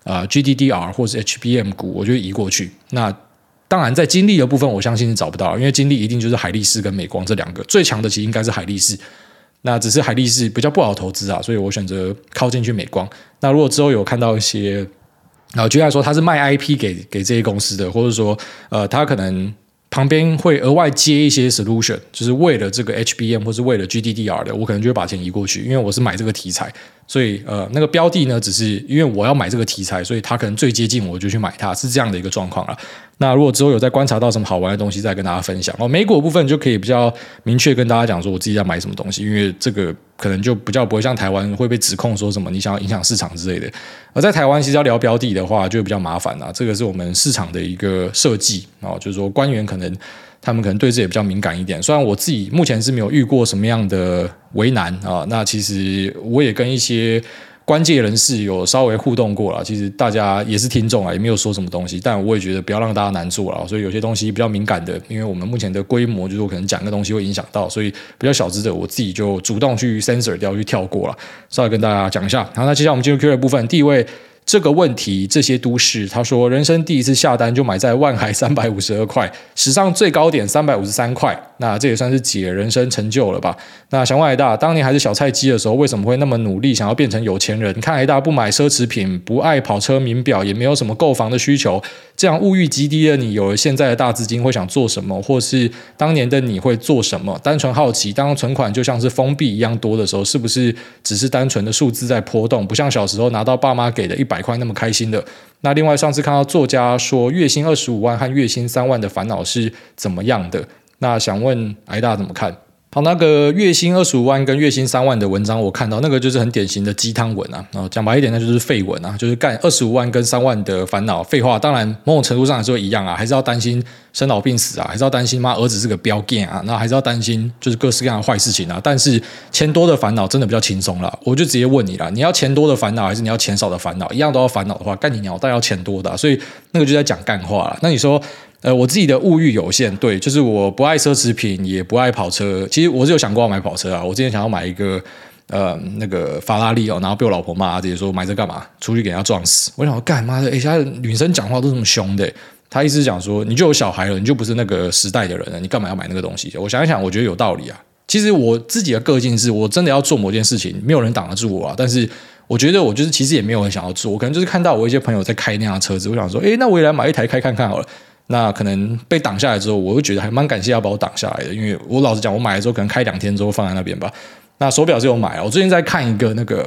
GDDR 或是 HBM 股，我就移过去。那当然在精力的部分我相信是找不到，因为精力一定就是海力士跟美光这两个，最强的其实应该是海力士。那只是海力士比较不好投资啊，所以我选择靠进去美光。那如果之后有看到一些举例来说他是卖 IP 给这些公司的，或者说他可能旁边会额外接一些 solution， 就是为了这个 HBM 或是为了 GDDR 的，我可能就会把钱移过去，因为我是买这个题材，所以那个标的呢，只是因为我要买这个题材，所以它可能最接近我就去买它，是这样的一个状况啦。那如果之后有在观察到什么好玩的东西，再跟大家分享。美股的部分就可以比较明确跟大家讲说我自己在买什么东西，因为这个可能就比较不会像台湾会被指控说什么你想要影响市场之类的。而在台湾其实要聊标的的话就比较麻烦啦，这个是我们市场的一个设计，就是说官员他们可能对这也比较敏感一点。虽然我自己目前是没有遇过什么样的为难那其实我也跟一些关键人士有稍微互动过啦，其实大家也是听众也没有说什么东西，但我也觉得不要让大家难做啦，所以有些东西比较敏感的，因为我们目前的规模就是我可能讲个东西会影响到，所以比较小资的我自己就主动去 censor 掉去跳过啦，稍微跟大家讲一下。好，那接下来我们进入 Q&A 的部分，第一位这个问题这些都市，他说人生第一次下单就买在万海352块，史上最高点353块，那这也算是解人生成就了吧。那想问海大，当年还是小菜鸡的时候为什么会那么努力想要变成有钱人？看海大不买奢侈品，不爱跑车名表，也没有什么购房的需求，这样物欲极低的你有了现在的大资金会想做什么，或是当年的你会做什么？单纯好奇，当存款就像是封闭一样多的时候，是不是只是单纯的数字在波动，不像小时候拿到爸妈给的100块那么开心的？那另外上次看到作家说月薪25万和月薪3万的烦恼是怎么样的，那想问海大怎么看？好，那个月薪25万跟月薪3万的文章我看到那个就是很典型的鸡汤文啊，讲白一点那就是废文啊，就是干25万跟3万的烦恼，废话，当然某种程度上还是会一样啊，还是要担心生老病死啊，还是要担心妈儿子是个彪干啊，那还是要担心就是各式各样的坏事情啊，但是钱多的烦恼真的比较轻松啦，我就直接问你啦，你要钱多的烦恼还是你要钱少的烦恼？一样都要烦恼的话，干你鸟当然要钱多的所以那个就在讲干话啦。那你说我自己的物欲有限，对，就是我不爱奢侈品，也不爱跑车。其实我是有想过要买跑车啊，我之前想要买一个那个法拉利然后被我老婆骂，直接说买这干嘛？出去给人家撞死。我想说干妈的，现在女生讲话都这么凶的。她意思是讲说，你就有小孩了，你就不是那个时代的人了，你干嘛要买那个东西？我想一想，我觉得有道理啊。其实我自己的个性是我真的要做某件事情，没有人挡得住我啊。但是我觉得我就是其实也没有很想要做，我可能就是看到我一些朋友在开那样的车子，我想说，那我也来买一台开看看好了。那可能被挡下来之后，我会觉得还蛮感谢要把我挡下来的，因为我老实讲，我买了之后可能开2天之后放在那边吧。那手表是有买，我最近在看一个那个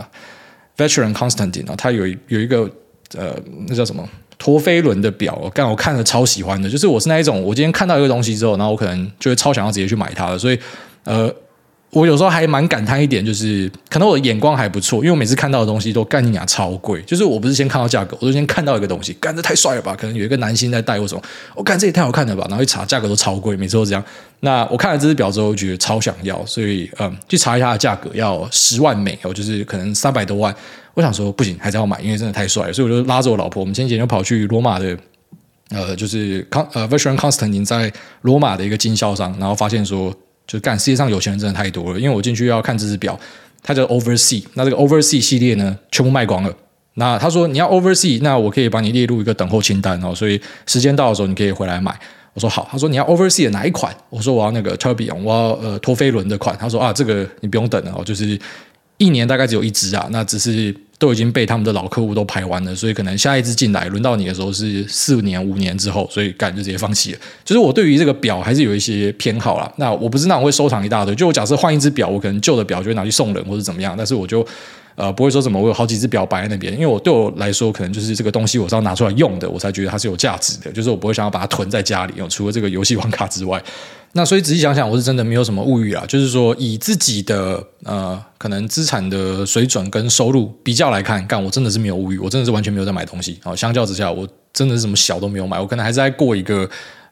Veteran Constantin 他有一个那叫什么陀飞轮的表，我看了超喜欢的，就是我是那一种，我今天看到一个东西之后，然后我可能就会超想要直接去买它的，所以我有时候还蛮感叹一点，就是可能我的眼光还不错，因为我每次看到的东西都干你娘超贵，就是我不是先看到价格，我就先看到一个东西，干这太帅了吧，可能有一个男星在戴或什么，我干这也太好看了吧，然后一查价格都超贵，每次都这样。那我看了这只表之后，觉得超想要，所以去查一下它的价格要10万美，就是可能300多万。我想说不行，还是要买，因为真的太帅了，所以我就拉着我老婆，我们前几天就跑去罗马的就是Veteran Constantin 在罗马的一个经销商，然后发现说。就干世界上有钱人真的太多了，因为我进去要看这只表，它叫 Oversea， 那这个 Oversea 系列呢，全部卖光了。那他说你要 Oversea， 那我可以把你列入一个等候清单所以时间到的时候你可以回来买。我说好，他说你要 Oversea 的哪一款？我说我要那个 Tourbillon， 我要陀飞轮的款。他说这个你不用等了就是1年大概只有1只啊，那只是都已经被他们的老客户都排完了，所以可能下一支进来轮到你的时候是4年5年之后，所以干就直接放弃了。就是我对于这个表还是有一些偏好啦，那我不是那种会收藏一大堆，就我假设换一只表，我可能旧的表就会拿去送人或者怎么样，但是我就不会说什么我有好几只表摆在那边，因为对我来说可能就是这个东西我是要拿出来用的，我才觉得它是有价值的，就是我不会想要把它囤在家里除了这个游戏王卡之外。那所以仔细想想，我是真的没有什么物欲啦，就是说以自己的可能资产的水准跟收入比较来看，干我真的是没有物欲，我真的是完全没有在买东西相较之下，我真的是什么小都没有买，我可能还是在过一个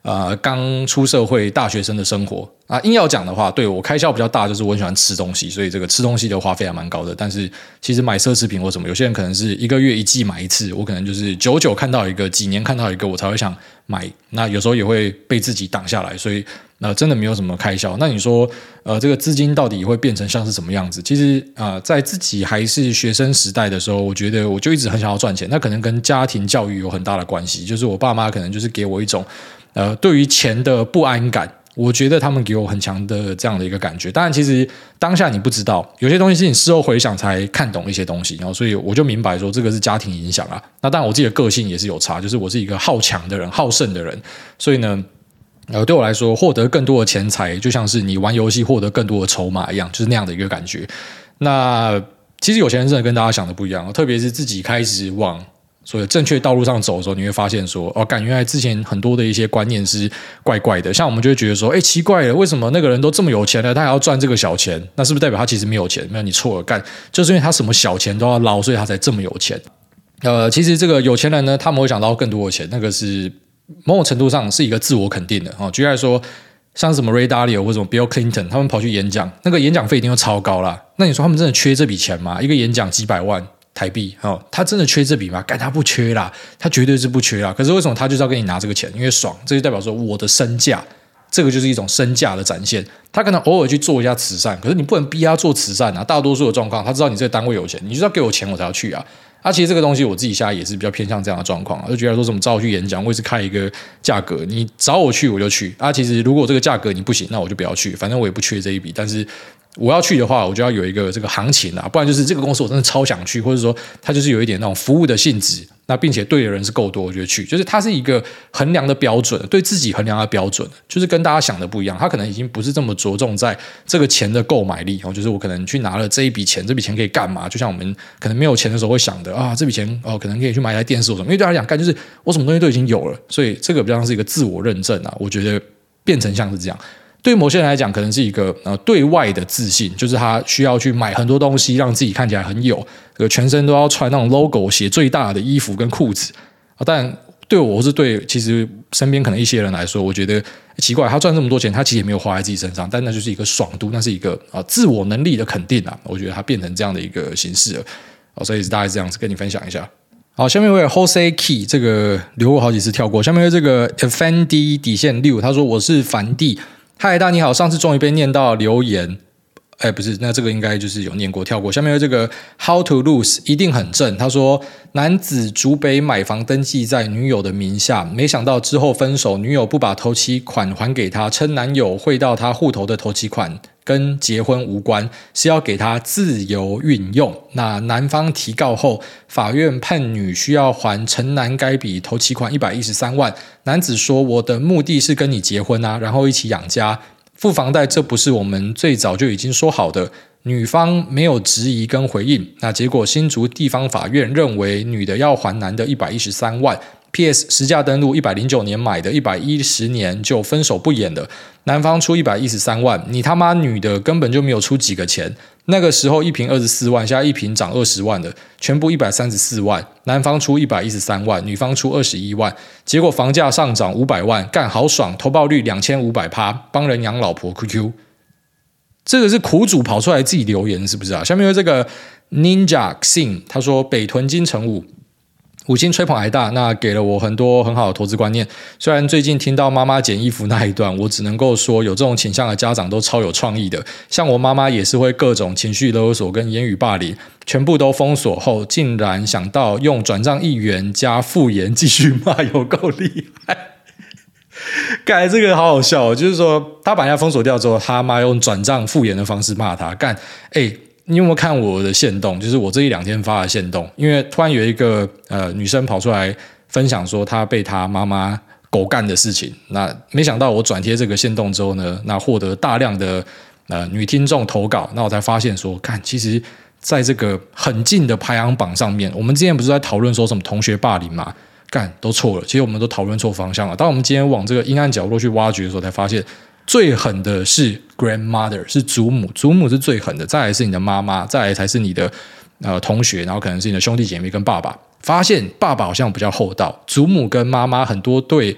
刚出社会大学生的生活啊，硬要讲的话，对我开销比较大，就是我很喜欢吃东西，所以这个吃东西的花费还蛮高的。但是其实买奢侈品或什么，有些人可能是一个月一季买一次，我可能就是久久看到一个，几年看到一个，我才会想买。那有时候也会被自己挡下来，所以真的没有什么开销。那你说这个资金到底会变成像是什么样子？其实在自己还是学生时代的时候，我觉得我就一直很想要赚钱，那可能跟家庭教育有很大的关系，就是我爸妈可能就是给我一种对于钱的不安感，我觉得他们给我很强的这样的一个感觉。当然其实当下你不知道，有些东西是你事后回想才看懂一些东西，然后所以我就明白说这个是家庭影响啊。那当然我自己的个性也是有差，就是我是一个好强的人，好胜的人，所以呢对我来说获得更多的钱财就像是你玩游戏获得更多的筹码一样，就是那样的一个感觉。那其实有钱人真的跟大家想的不一样，特别是自己开始往所以正确道路上走的时候，你会发现说原来之前很多的一些观念是怪怪的。像我们就会觉得说奇怪了，为什么那个人都这么有钱了，他还要赚这个小钱？那是不是代表他其实没有钱？没有，你错了，就是因为他什么小钱都要捞，所以他才这么有钱。其实这个有钱人呢，他们会想到更多的钱，那个是某种程度上是一个自我肯定的。举例来说，像什么 Ray Dalio 或者什么 Bill Clinton， 他们跑去演讲，那个演讲费一定会超高啦。那你说他们真的缺这笔钱吗？一个演讲几百万台币，他真的缺这笔吗？他不缺啦，他绝对是不缺啦。可是为什么他就是要跟你拿这个钱？因为爽，这就代表说我的身价，这个就是一种身价的展现。他可能偶尔去做一下慈善，可是你不能逼他做慈善啊。大多数的状况，他知道你这个单位有钱，你就是要给我钱我才要去啊。其实这个东西我自己现在也是比较偏向这样的状况，就觉得说什么找我去演讲，我也是开一个价格，你找我去我就去其实如果这个价格你不行，那我就不要去，反正我也不缺这一笔。但是我要去的话，我就要有一个这个行情不然就是这个公司我真的超想去，或者说它就是有一点那种服务的性质，那并且对的人是够多，我就去。就是它是一个衡量的标准，对自己衡量的标准，就是跟大家想的不一样。他可能已经不是这么着重在这个钱的购买力，就是我可能去拿了这一笔钱，这笔钱可以干嘛？就像我们可能没有钱的时候会想的这笔钱可能可以去买一台电视或什么，因为对他来讲就是我什么东西都已经有了，所以这个比较像是一个自我认证我觉得变成像是这样。对于某些人来讲，可能是一个对外的自信，就是他需要去买很多东西，让自己看起来很有，全身都要穿那种 logo 写最大的衣服跟裤子但对我是对其实身边可能一些人来说，我觉得奇怪，他赚这么多钱，他其实也没有花在自己身上，但那就是一个爽度，那是一个自我能力的肯定我觉得他变成这样的一个形式了所以大概这样子跟你分享一下。好，下面有位 Jose Key， 这个留过好几次跳过。下面有这个 FND 底线6，他说我是凡弟。嗨，大家你好，上次终于被念到留言，不是，那这个应该就是有念过跳过。下面有这个 How to Lose 一定很正，他说男子竹北买房登记在女友的名下，没想到之后分手，女友不把头期款还给他，称男友汇到他户头的头期款跟结婚无关，是要给他自由运用。那男方提告后，法院判女需要还陈男该笔头期款113万。男子说我的目的是跟你结婚然后一起养家，付房贷这不是我们最早就已经说好的。女方没有质疑跟回应，那结果新竹地方法院认为女的要还男的113万。PS 实价登录109年买的，110年就分手不演了。男方出113万，你他妈女的根本就没有出几个钱。那个时候一瓶24万，现在一瓶涨20万了，全部134万。男方出113万，女方出21万，结果房价上涨500万，干好爽，投报率2500%，帮人养老婆 QQ。这个是苦主跑出来自己留言是不是下面有这个 Ninja Xing， 他说北屯金城武。5星吹捧癌大，那给了我很多很好的投资观念。虽然最近听到妈妈捡衣服那一段，我只能够说有这种倾向的家长都超有创意的。像我妈妈也是会各种情绪勒索跟言语霸凌，全部都封锁后，竟然想到用转账1元加复言继续骂，有够厉害。干，这个好好笑就是说他把人家封锁掉之后，他妈用转账复言的方式骂他。干，你有没有看我的限动？就是我这1-2天发的限动，因为突然有一个女生跑出来分享说她被她妈妈狗干的事情。那没想到我转贴这个限动之后呢，那获得大量的女听众投稿，那我才发现说，看其实在这个很近的排行榜上面，我们之前不是在讨论说什么同学霸凌嘛？干都错了，其实我们都讨论错方向了。当我们今天往这个阴暗角落去挖掘的时候，才发现最狠的是 grandmother， 是祖母，祖母是最狠的，再来是你的妈妈，再来才是你的同学，然后可能是你的兄弟姐妹跟爸爸。发现爸爸好像比较厚道，祖母跟妈妈很多对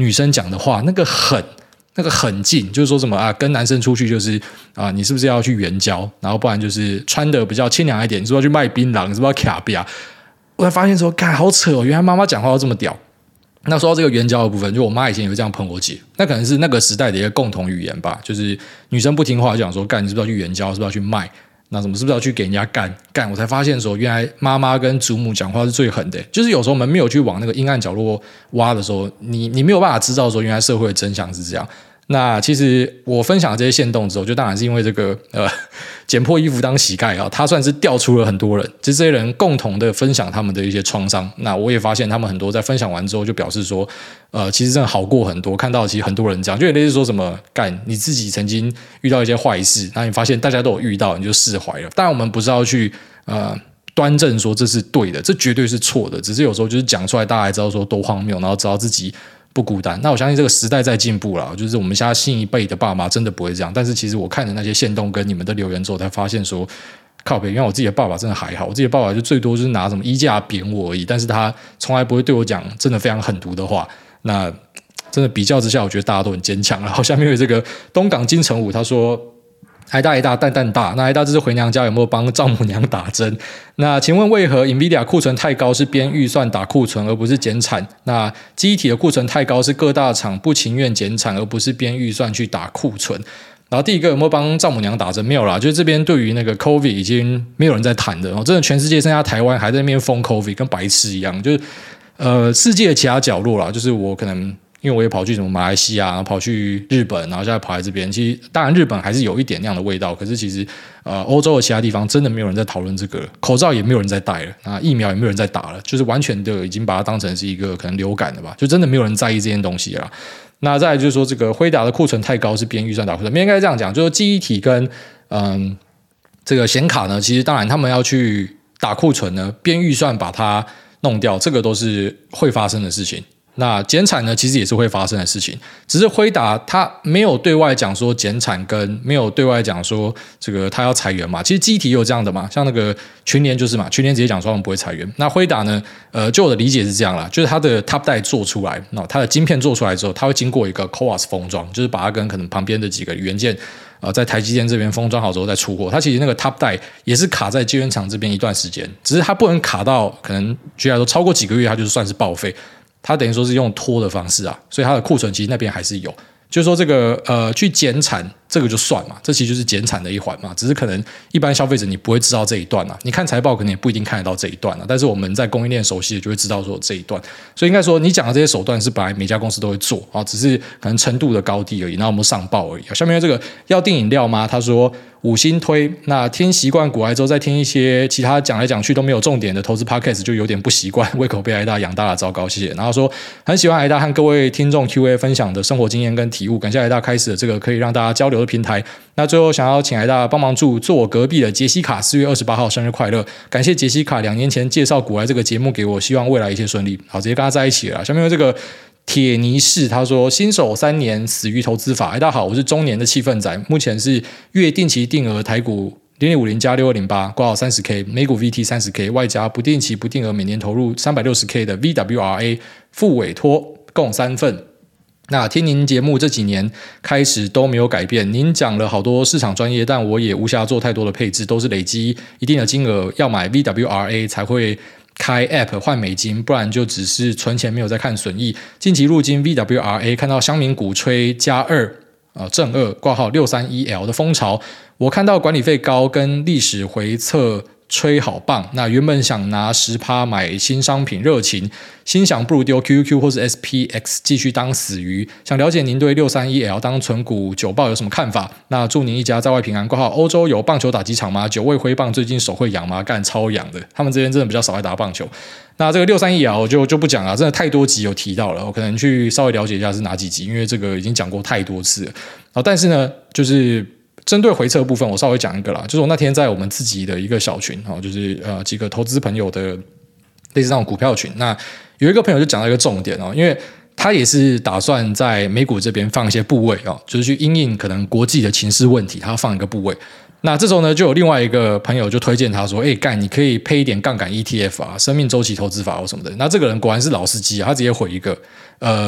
女生讲的话那个很近，就是说什么啊，跟男生出去就是啊，你是不是要去援交，然后不然就是穿的比较清凉一点，你是不是要去卖槟榔，你是不是要卡比啊？我才发现说，干好扯哦，原来妈妈讲话要这么屌。那说到这个援交的部分，就我妈以前也会这样喷我姐，那可能是那个时代的一个共同语言吧，就是女生不听话就讲说，干你是不是要去援交，是不是要去卖？那什么是不是要去给人家干？我才发现说，原来妈妈跟祖母讲话是最狠的，就是有时候我们没有去往那个阴暗角落挖的时候，你没有办法知道说，原来社会的真相是这样。那其实我分享这些限动之后，就当然是因为这个捡破衣服当乞丐啊，他算是调出了很多人，就这些人共同的分享他们的一些创伤。那我也发现他们很多在分享完之后就表示说，其实真的好过很多。看到其实很多人这样，就有类似说什么干你自己曾经遇到一些坏事，那你发现大家都有遇到，你就释怀了。当然我们不是要去端正说这是对的，这绝对是错的，只是有时候就是讲出来，大家还知道说多荒谬，然后知道自己不孤单。那我相信这个时代在进步了，就是我们现在新一辈的爸妈真的不会这样。但是其实我看着那些限动跟你们的留言之后，才发现说，靠北，因为我自己的爸爸真的还好，我自己的爸爸就最多就是拿什么衣架扁我而已，但是他从来不会对我讲真的非常狠毒的话。那真的比较之下，我觉得大家都很坚强。然后下面有这个东港金城武，他说。挨大蛋蛋大，那挨大这次回娘家有没有帮丈母娘打针？那请问为何 NVIDIA 库存太高是编预算打库存而不是减产？那记忆体的库存太高是各大厂不情愿减产而不是编预算去打库存？然后第一个有没有帮丈母娘打针？没有啦，就是这边对于那个 COVID 已经没有人在谈的，真的全世界剩下台湾还在那边封 COVID， 跟白痴一样，就是世界的其他角落啦，就是我可能。因为我也跑去什么马来西亚，跑去日本，然后现在跑来这边。其实当然日本还是有一点那样的味道，可是其实欧洲的其他地方真的没有人在讨论这个了，口罩也没有人在戴了，那疫苗也没有人在打了，就是完全的已经把它当成是一个可能流感了吧，就真的没有人在意这件东西了。那再来就是说这个辉达的库存太高是编预算打库存，应该这样讲，就是记忆体跟这个显卡呢，其实当然他们要去打库存呢，编预算把它弄掉，这个都是会发生的事情。那减产呢，其实也是会发生的事情，只是辉达它没有对外讲说减产，跟没有对外讲说这个它要裁员嘛。其实记忆体也有这样的嘛，像那个群联就是嘛，群联直接讲说他们不会裁员。那辉达呢，就我的理解是这样啦，就是它的 Top 带做出来，它的晶片做出来之后，它会经过一个 CoWoS 封装，就是把它跟可能旁边的几个元件在台积电这边封装好之后再出货。它其实那个 Top 带也是卡在晶圆厂这边一段时间，只是它不能卡到可能举例来说超过几个月，它就算是报废。它等于说是用拖的方式啊，所以它的库存其实那边还是有，就是说这个去减产这个就算嘛，这其实就是减产的一环嘛，只是可能一般消费者你不会知道这一段啊，你看财报可能也不一定看得到这一段啊，但是我们在供应链熟悉的就会知道说这一段，所以应该说你讲的这些手段是本来每家公司都会做啊，只是可能程度的高低而已，然后我们上报而已。下面这个要订饮料吗？他说5星推，那听习惯股癌之后再听一些其他讲来讲去都没有重点的投资 podcast 就有点不习惯，胃口被挨大养大了，糟糕，谢谢。然后说很喜欢挨大和各位听众 Q&A 分享的生活经验跟体悟，感谢挨大开始的这个可以让大家交流的平台。那最后想要请挨大帮忙祝坐我隔壁的杰西卡4月28号生日快乐，感谢杰西卡2年前介绍股癌这个节目给我，希望未来一切顺利。好，直接跟他在一起了。下面有这个铁泥士，他说新手3年死于投资法。大家好，我是中年的气氛仔，目前是月定期定额台股0050加6208挂号 30K， 美股 VT 30K， 外加不定期不定额每年投入 360K 的 VWRA 副委托共3份。那听您节目这几年开始都没有改变，您讲了好多市场专业，但我也无暇做太多的配置，都是累积一定的金额要买 VWRA 才会开 App 换美金，不然就只是存钱没有在看损益。近期入金 VWRA 看到乡民股吹加2正2挂号 631L 的风潮，我看到管理费高跟历史回测吹好棒，那原本想拿 10% 买新商品热情，心想不如丢 QQQ 或是 SPX 继续当死鱼，想了解您对 631L 当存股久报有什么看法？那祝您一家在外平安。挂号欧洲有棒球打击场吗？9位挥棒最近手会痒吗？干超痒的，他们这边真的比较少在打棒球。那这个631L 就不讲了，真的太多集有提到了，我可能去稍微了解一下是哪几集，因为这个已经讲过太多次了。但是呢，就是针对回测部分，我稍微讲一个啦，就是我那天在我们自己的一个小群，就是几个投资朋友的类似那种股票群，那有一个朋友就讲到一个重点因为他也是打算在美股这边放一些部位就是去因应可能国际的情势问题，他要放一个部位。那这时候呢，就有另外一个朋友就推荐他说：“干，你可以配一点杠杆 ETF 啊，生命周期投资法或什么的。”那这个人果然是老司机啊，他直接回一个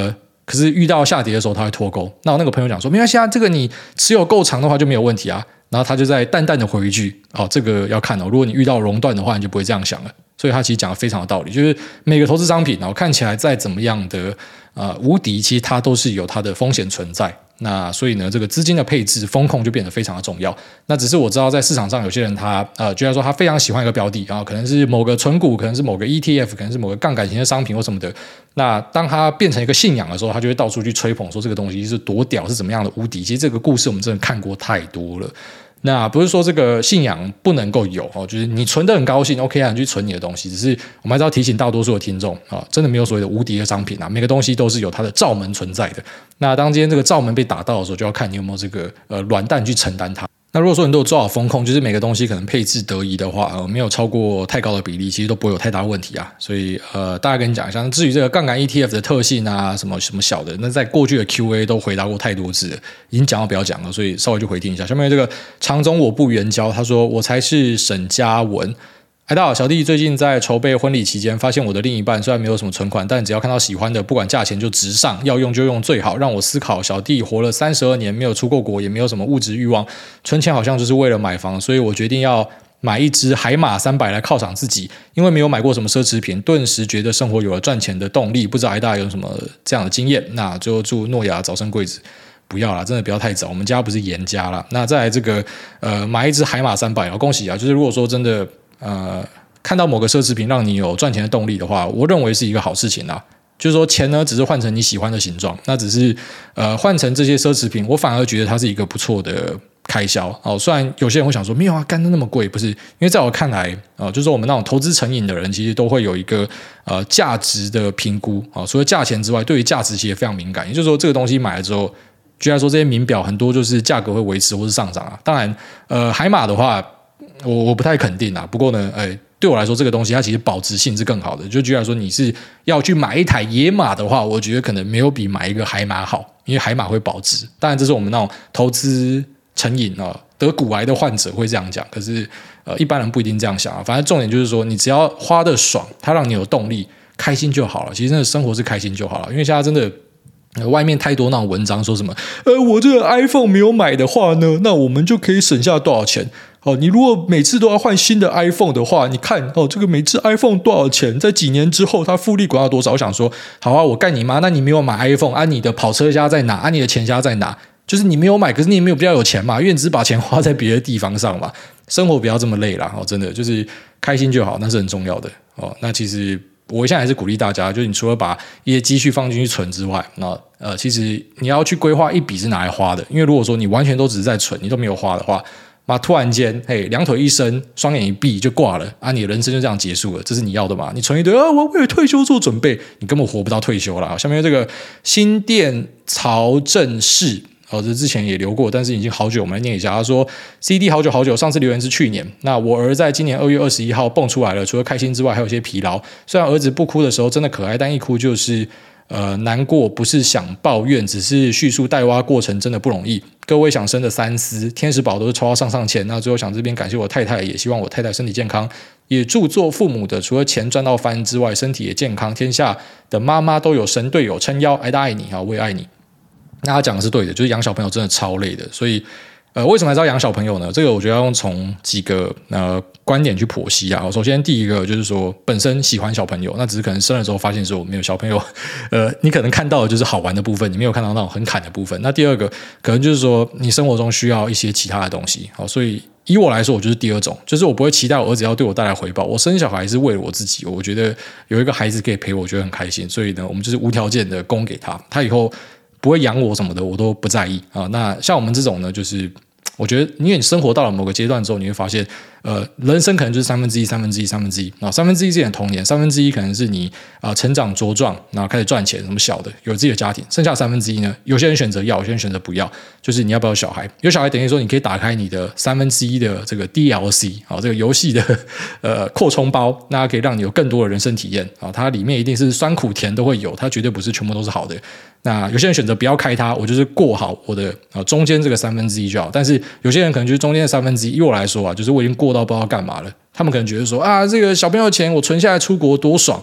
可是遇到下跌的时候他会脱钩。那我那个朋友讲说没关系啊，这个你持有够长的话就没有问题啊。然后他就在淡淡的回一句这个要看如果你遇到熔断的话你就不会这样想了。所以他其实讲的非常有道理，就是每个投资商品看起来再怎么样的无敌，其实它都是有它的风险存在。那所以呢，这个资金的配置风控就变得非常的重要。那只是我知道在市场上有些人他觉得说他非常喜欢一个标的可能是某个存股，可能是某个 ETF， 可能是某个杠杆型的商品或什么的。那当他变成一个信仰的时候，他就会到处去吹捧说这个东西是多屌，是怎么样的无敌。其实这个故事我们真的看过太多了。那不是说这个信仰不能够有就是你存得很高兴 OK 啊，你去存你的东西。只是我们还是要提醒大多数的听众真的没有所谓的无敌的商品每个东西都是有它的罩门存在的。那当今天这个罩门被打到的时候，就要看你有没有这个软蛋去承担它。那如果说你都有做好风控，就是每个东西可能配置得宜的话没有超过太高的比例，其实都不会有太大问题所以大概跟你讲一下。至于这个杠杆 ETF 的特性什么什么小的，那在过去的 QA 都回答过太多次了，已经讲到不要讲了，所以稍微就回听一下。下面这个长中我不援交，他说我才是沈嘉文。大家好，小弟最近在筹备婚礼期间，发现我的另一半虽然没有什么存款，但只要看到喜欢的，不管价钱就直上，要用就用最好，让我思考。小弟活了32年，没有出过国，也没有什么物质欲望，存钱好像就是为了买房，所以我决定要买一只海马300来犒赏自己。因为没有买过什么奢侈品，顿时觉得生活有了赚钱的动力。不知道大家有什么这样的经验？那最后祝诺亚早生贵子。不要啦，真的不要太早，我们家不是严家啦。那再来这个买一只海马300恭喜啊！就是如果说真的看到某个奢侈品让你有赚钱的动力的话，我认为是一个好事情啦。就是说钱呢只是换成你喜欢的形状，那只是换成这些奢侈品，我反而觉得它是一个不错的开销虽然有些人会想说没有啊，干得那么贵，不是？因为在我看来就是说我们那种投资成瘾的人其实都会有一个价值的评估除了价钱之外，对于价值其实也非常敏感。也就是说这个东西买了之后，居然说这些名表很多就是价格会维持或是上涨当然海马的话我不太肯定不过呢对我来说这个东西它其实保值性是更好的。就举例来说，你是要去买一台野马的话，我觉得可能没有比买一个海马好，因为海马会保值。当然这是我们那种投资成瘾得骨癌的患者会这样讲，可是一般人不一定这样想反正重点就是说，你只要花得爽，它让你有动力开心就好了。其实真的生活是开心就好了。因为现在真的外面太多那种文章说什么我这个 iPhone 没有买的话呢，那我们就可以省下多少钱你如果每次都要换新的 iPhone 的话，你看这个每次 iPhone 多少钱，在几年之后它复利管到多少。我想说好啊，我干你妈，那你没有买 iPhone你的跑车家在哪你的钱家在哪？就是你没有买，可是你也没有比较有钱嘛，因为你只是把钱花在别的地方上嘛。生活不要这么累啦真的就是开心就好，那是很重要的那其实我现在还是鼓励大家，就是你除了把一些积蓄放进去存之外，那其实你要去规划一笔是拿来花的。因为如果说你完全都只是在存，你都没有花的话，突然间两腿一伸，双眼一闭就挂了你的人生就这样结束了，这是你要的吗？你存一堆我为了退休做准备，你根本活不到退休啦。下面这个新店曹正士这之前也留过，但是已经好久，我们来念一下。他说 CD 好久，上次留言是去年。那我儿在今年2月21号蹦出来了，除了开心之外还有些疲劳。虽然儿子不哭的时候真的可爱，但一哭就是难过，不是想抱怨，只是叙述带娃过程真的不容易。各位想生的三思，天使宝都是抽到上签。那最后想这边感谢我太太，也希望我太太身体健康，也祝做父母的除了钱赚到翻之外，身体也健康。天下的妈妈都有神队友撑腰，爱的爱你我也爱你。那他讲的是对的，就是养小朋友真的超累的，所以为什么还是要养小朋友呢？这个我觉得要从几个观点去剖析首先第一个就是说本身喜欢小朋友，那只是可能生了之后发现说没有小朋友你可能看到的就是好玩的部分，你没有看到那种很砍的部分。那第二个可能就是说你生活中需要一些其他的东西所以以我来说我就是第二种，就是我不会期待我儿子要对我带来回报，我生小孩是为了我自己，我觉得有一个孩子可以陪我觉得很开心，所以呢我们就是无条件的供给他，他以后不会养我什么的我都不在意那像我们这种呢，就是我觉得因为你生活到了某个阶段之后，你会发现人生可能就是1/3是你的童年，1/3可能是你成长茁壮，然后开始赚钱什么小的，有自己的家庭，剩下1/3呢，有些人选择要，有些人选择不要，就是你要不要有小孩。有小孩等于说你可以打开你的1/3的这个 DLC 这个游戏的扩充包，那可以让你有更多的人生体验它里面一定是酸苦甜都会有，它绝对不是全部都是好的。那有些人选择不要开它，我就是过好我的中间这个1/3就好。但是有些人可能就是中间的1/3，以我来说就是我已经过到不知道干嘛了。他们可能觉得说这个小朋友的钱我存下来出国多爽，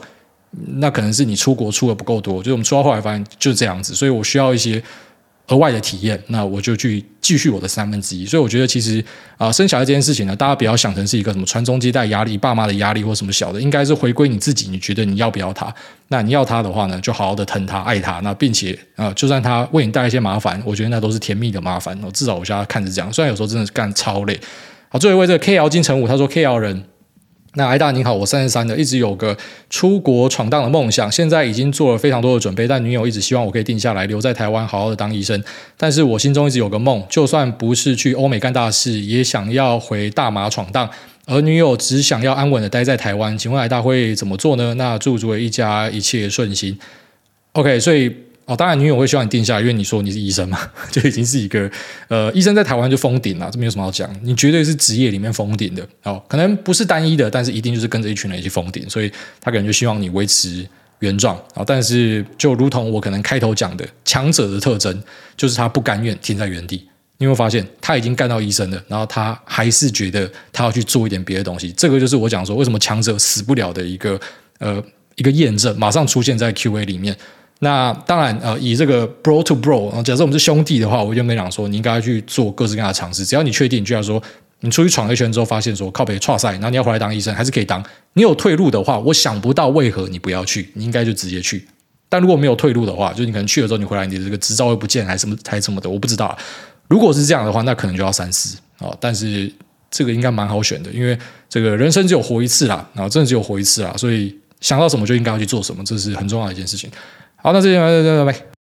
那可能是你出国出的不够多，就是我们出到后来发现就是这样子，所以我需要一些额外的体验，那我就去继续我的1/3。所以我觉得其实生小孩这件事情呢，大家不要想成是一个什么传宗接代压力、爸妈的压力或什么小的，应该是回归你自己，你觉得你要不要他？那你要他的话呢，就好好的疼他、爱他，那并且就算他为你带来一些麻烦，我觉得那都是甜蜜的麻烦。至少我现在看是这样，虽然有时候真的是干超累。好，最后一位这个 KL 金城武，他说 KL 人。那艾大您好，我33的，一直有个出国闯荡的梦想，现在已经做了非常多的准备，但女友一直希望我可以定下来留在台湾好好的当医生，但是我心中一直有个梦，就算不是去欧美干大事，也想要回大马闯荡，而女友只想要安稳的待在台湾，请问艾大会怎么做呢？那祝诸位一家一切顺心。 OK， 所以当然女友会希望你定下来，因为你说你是医生嘛，就已经是一个医生在台湾就封顶了，这没有什么好讲，你绝对是职业里面封顶的可能不是单一的，但是一定就是跟着一群人一起封顶，所以他可能就希望你维持原状但是就如同我可能开头讲的，强者的特征就是他不甘愿停在原地。你有没有发现他已经干到医生了，然后他还是觉得他要去做一点别的东西？这个就是我讲说为什么强者死不了的一个验证，马上出现在 QA 里面。那当然以这个 bro to bro， 假设我们是兄弟的话，我就跟你讲说你应该去做各式各样的尝试，只要你确定，就像说你出去闯了一圈之后发现说靠北剉赛，然后你要回来当医生还是可以当，你有退路的话，我想不到为何你不要去，你应该就直接去。但如果没有退路的话，就是你可能去了之后你回来你的这个执照会不见还是什么的，我不知道。如果是这样的话，那可能就要三思但是这个应该蛮好选的，因为这个人生只有活一次啦，真的只有活一次啦，所以想到什么就应该要去做什么，这是很重要的一件事情。好，那这边拜拜。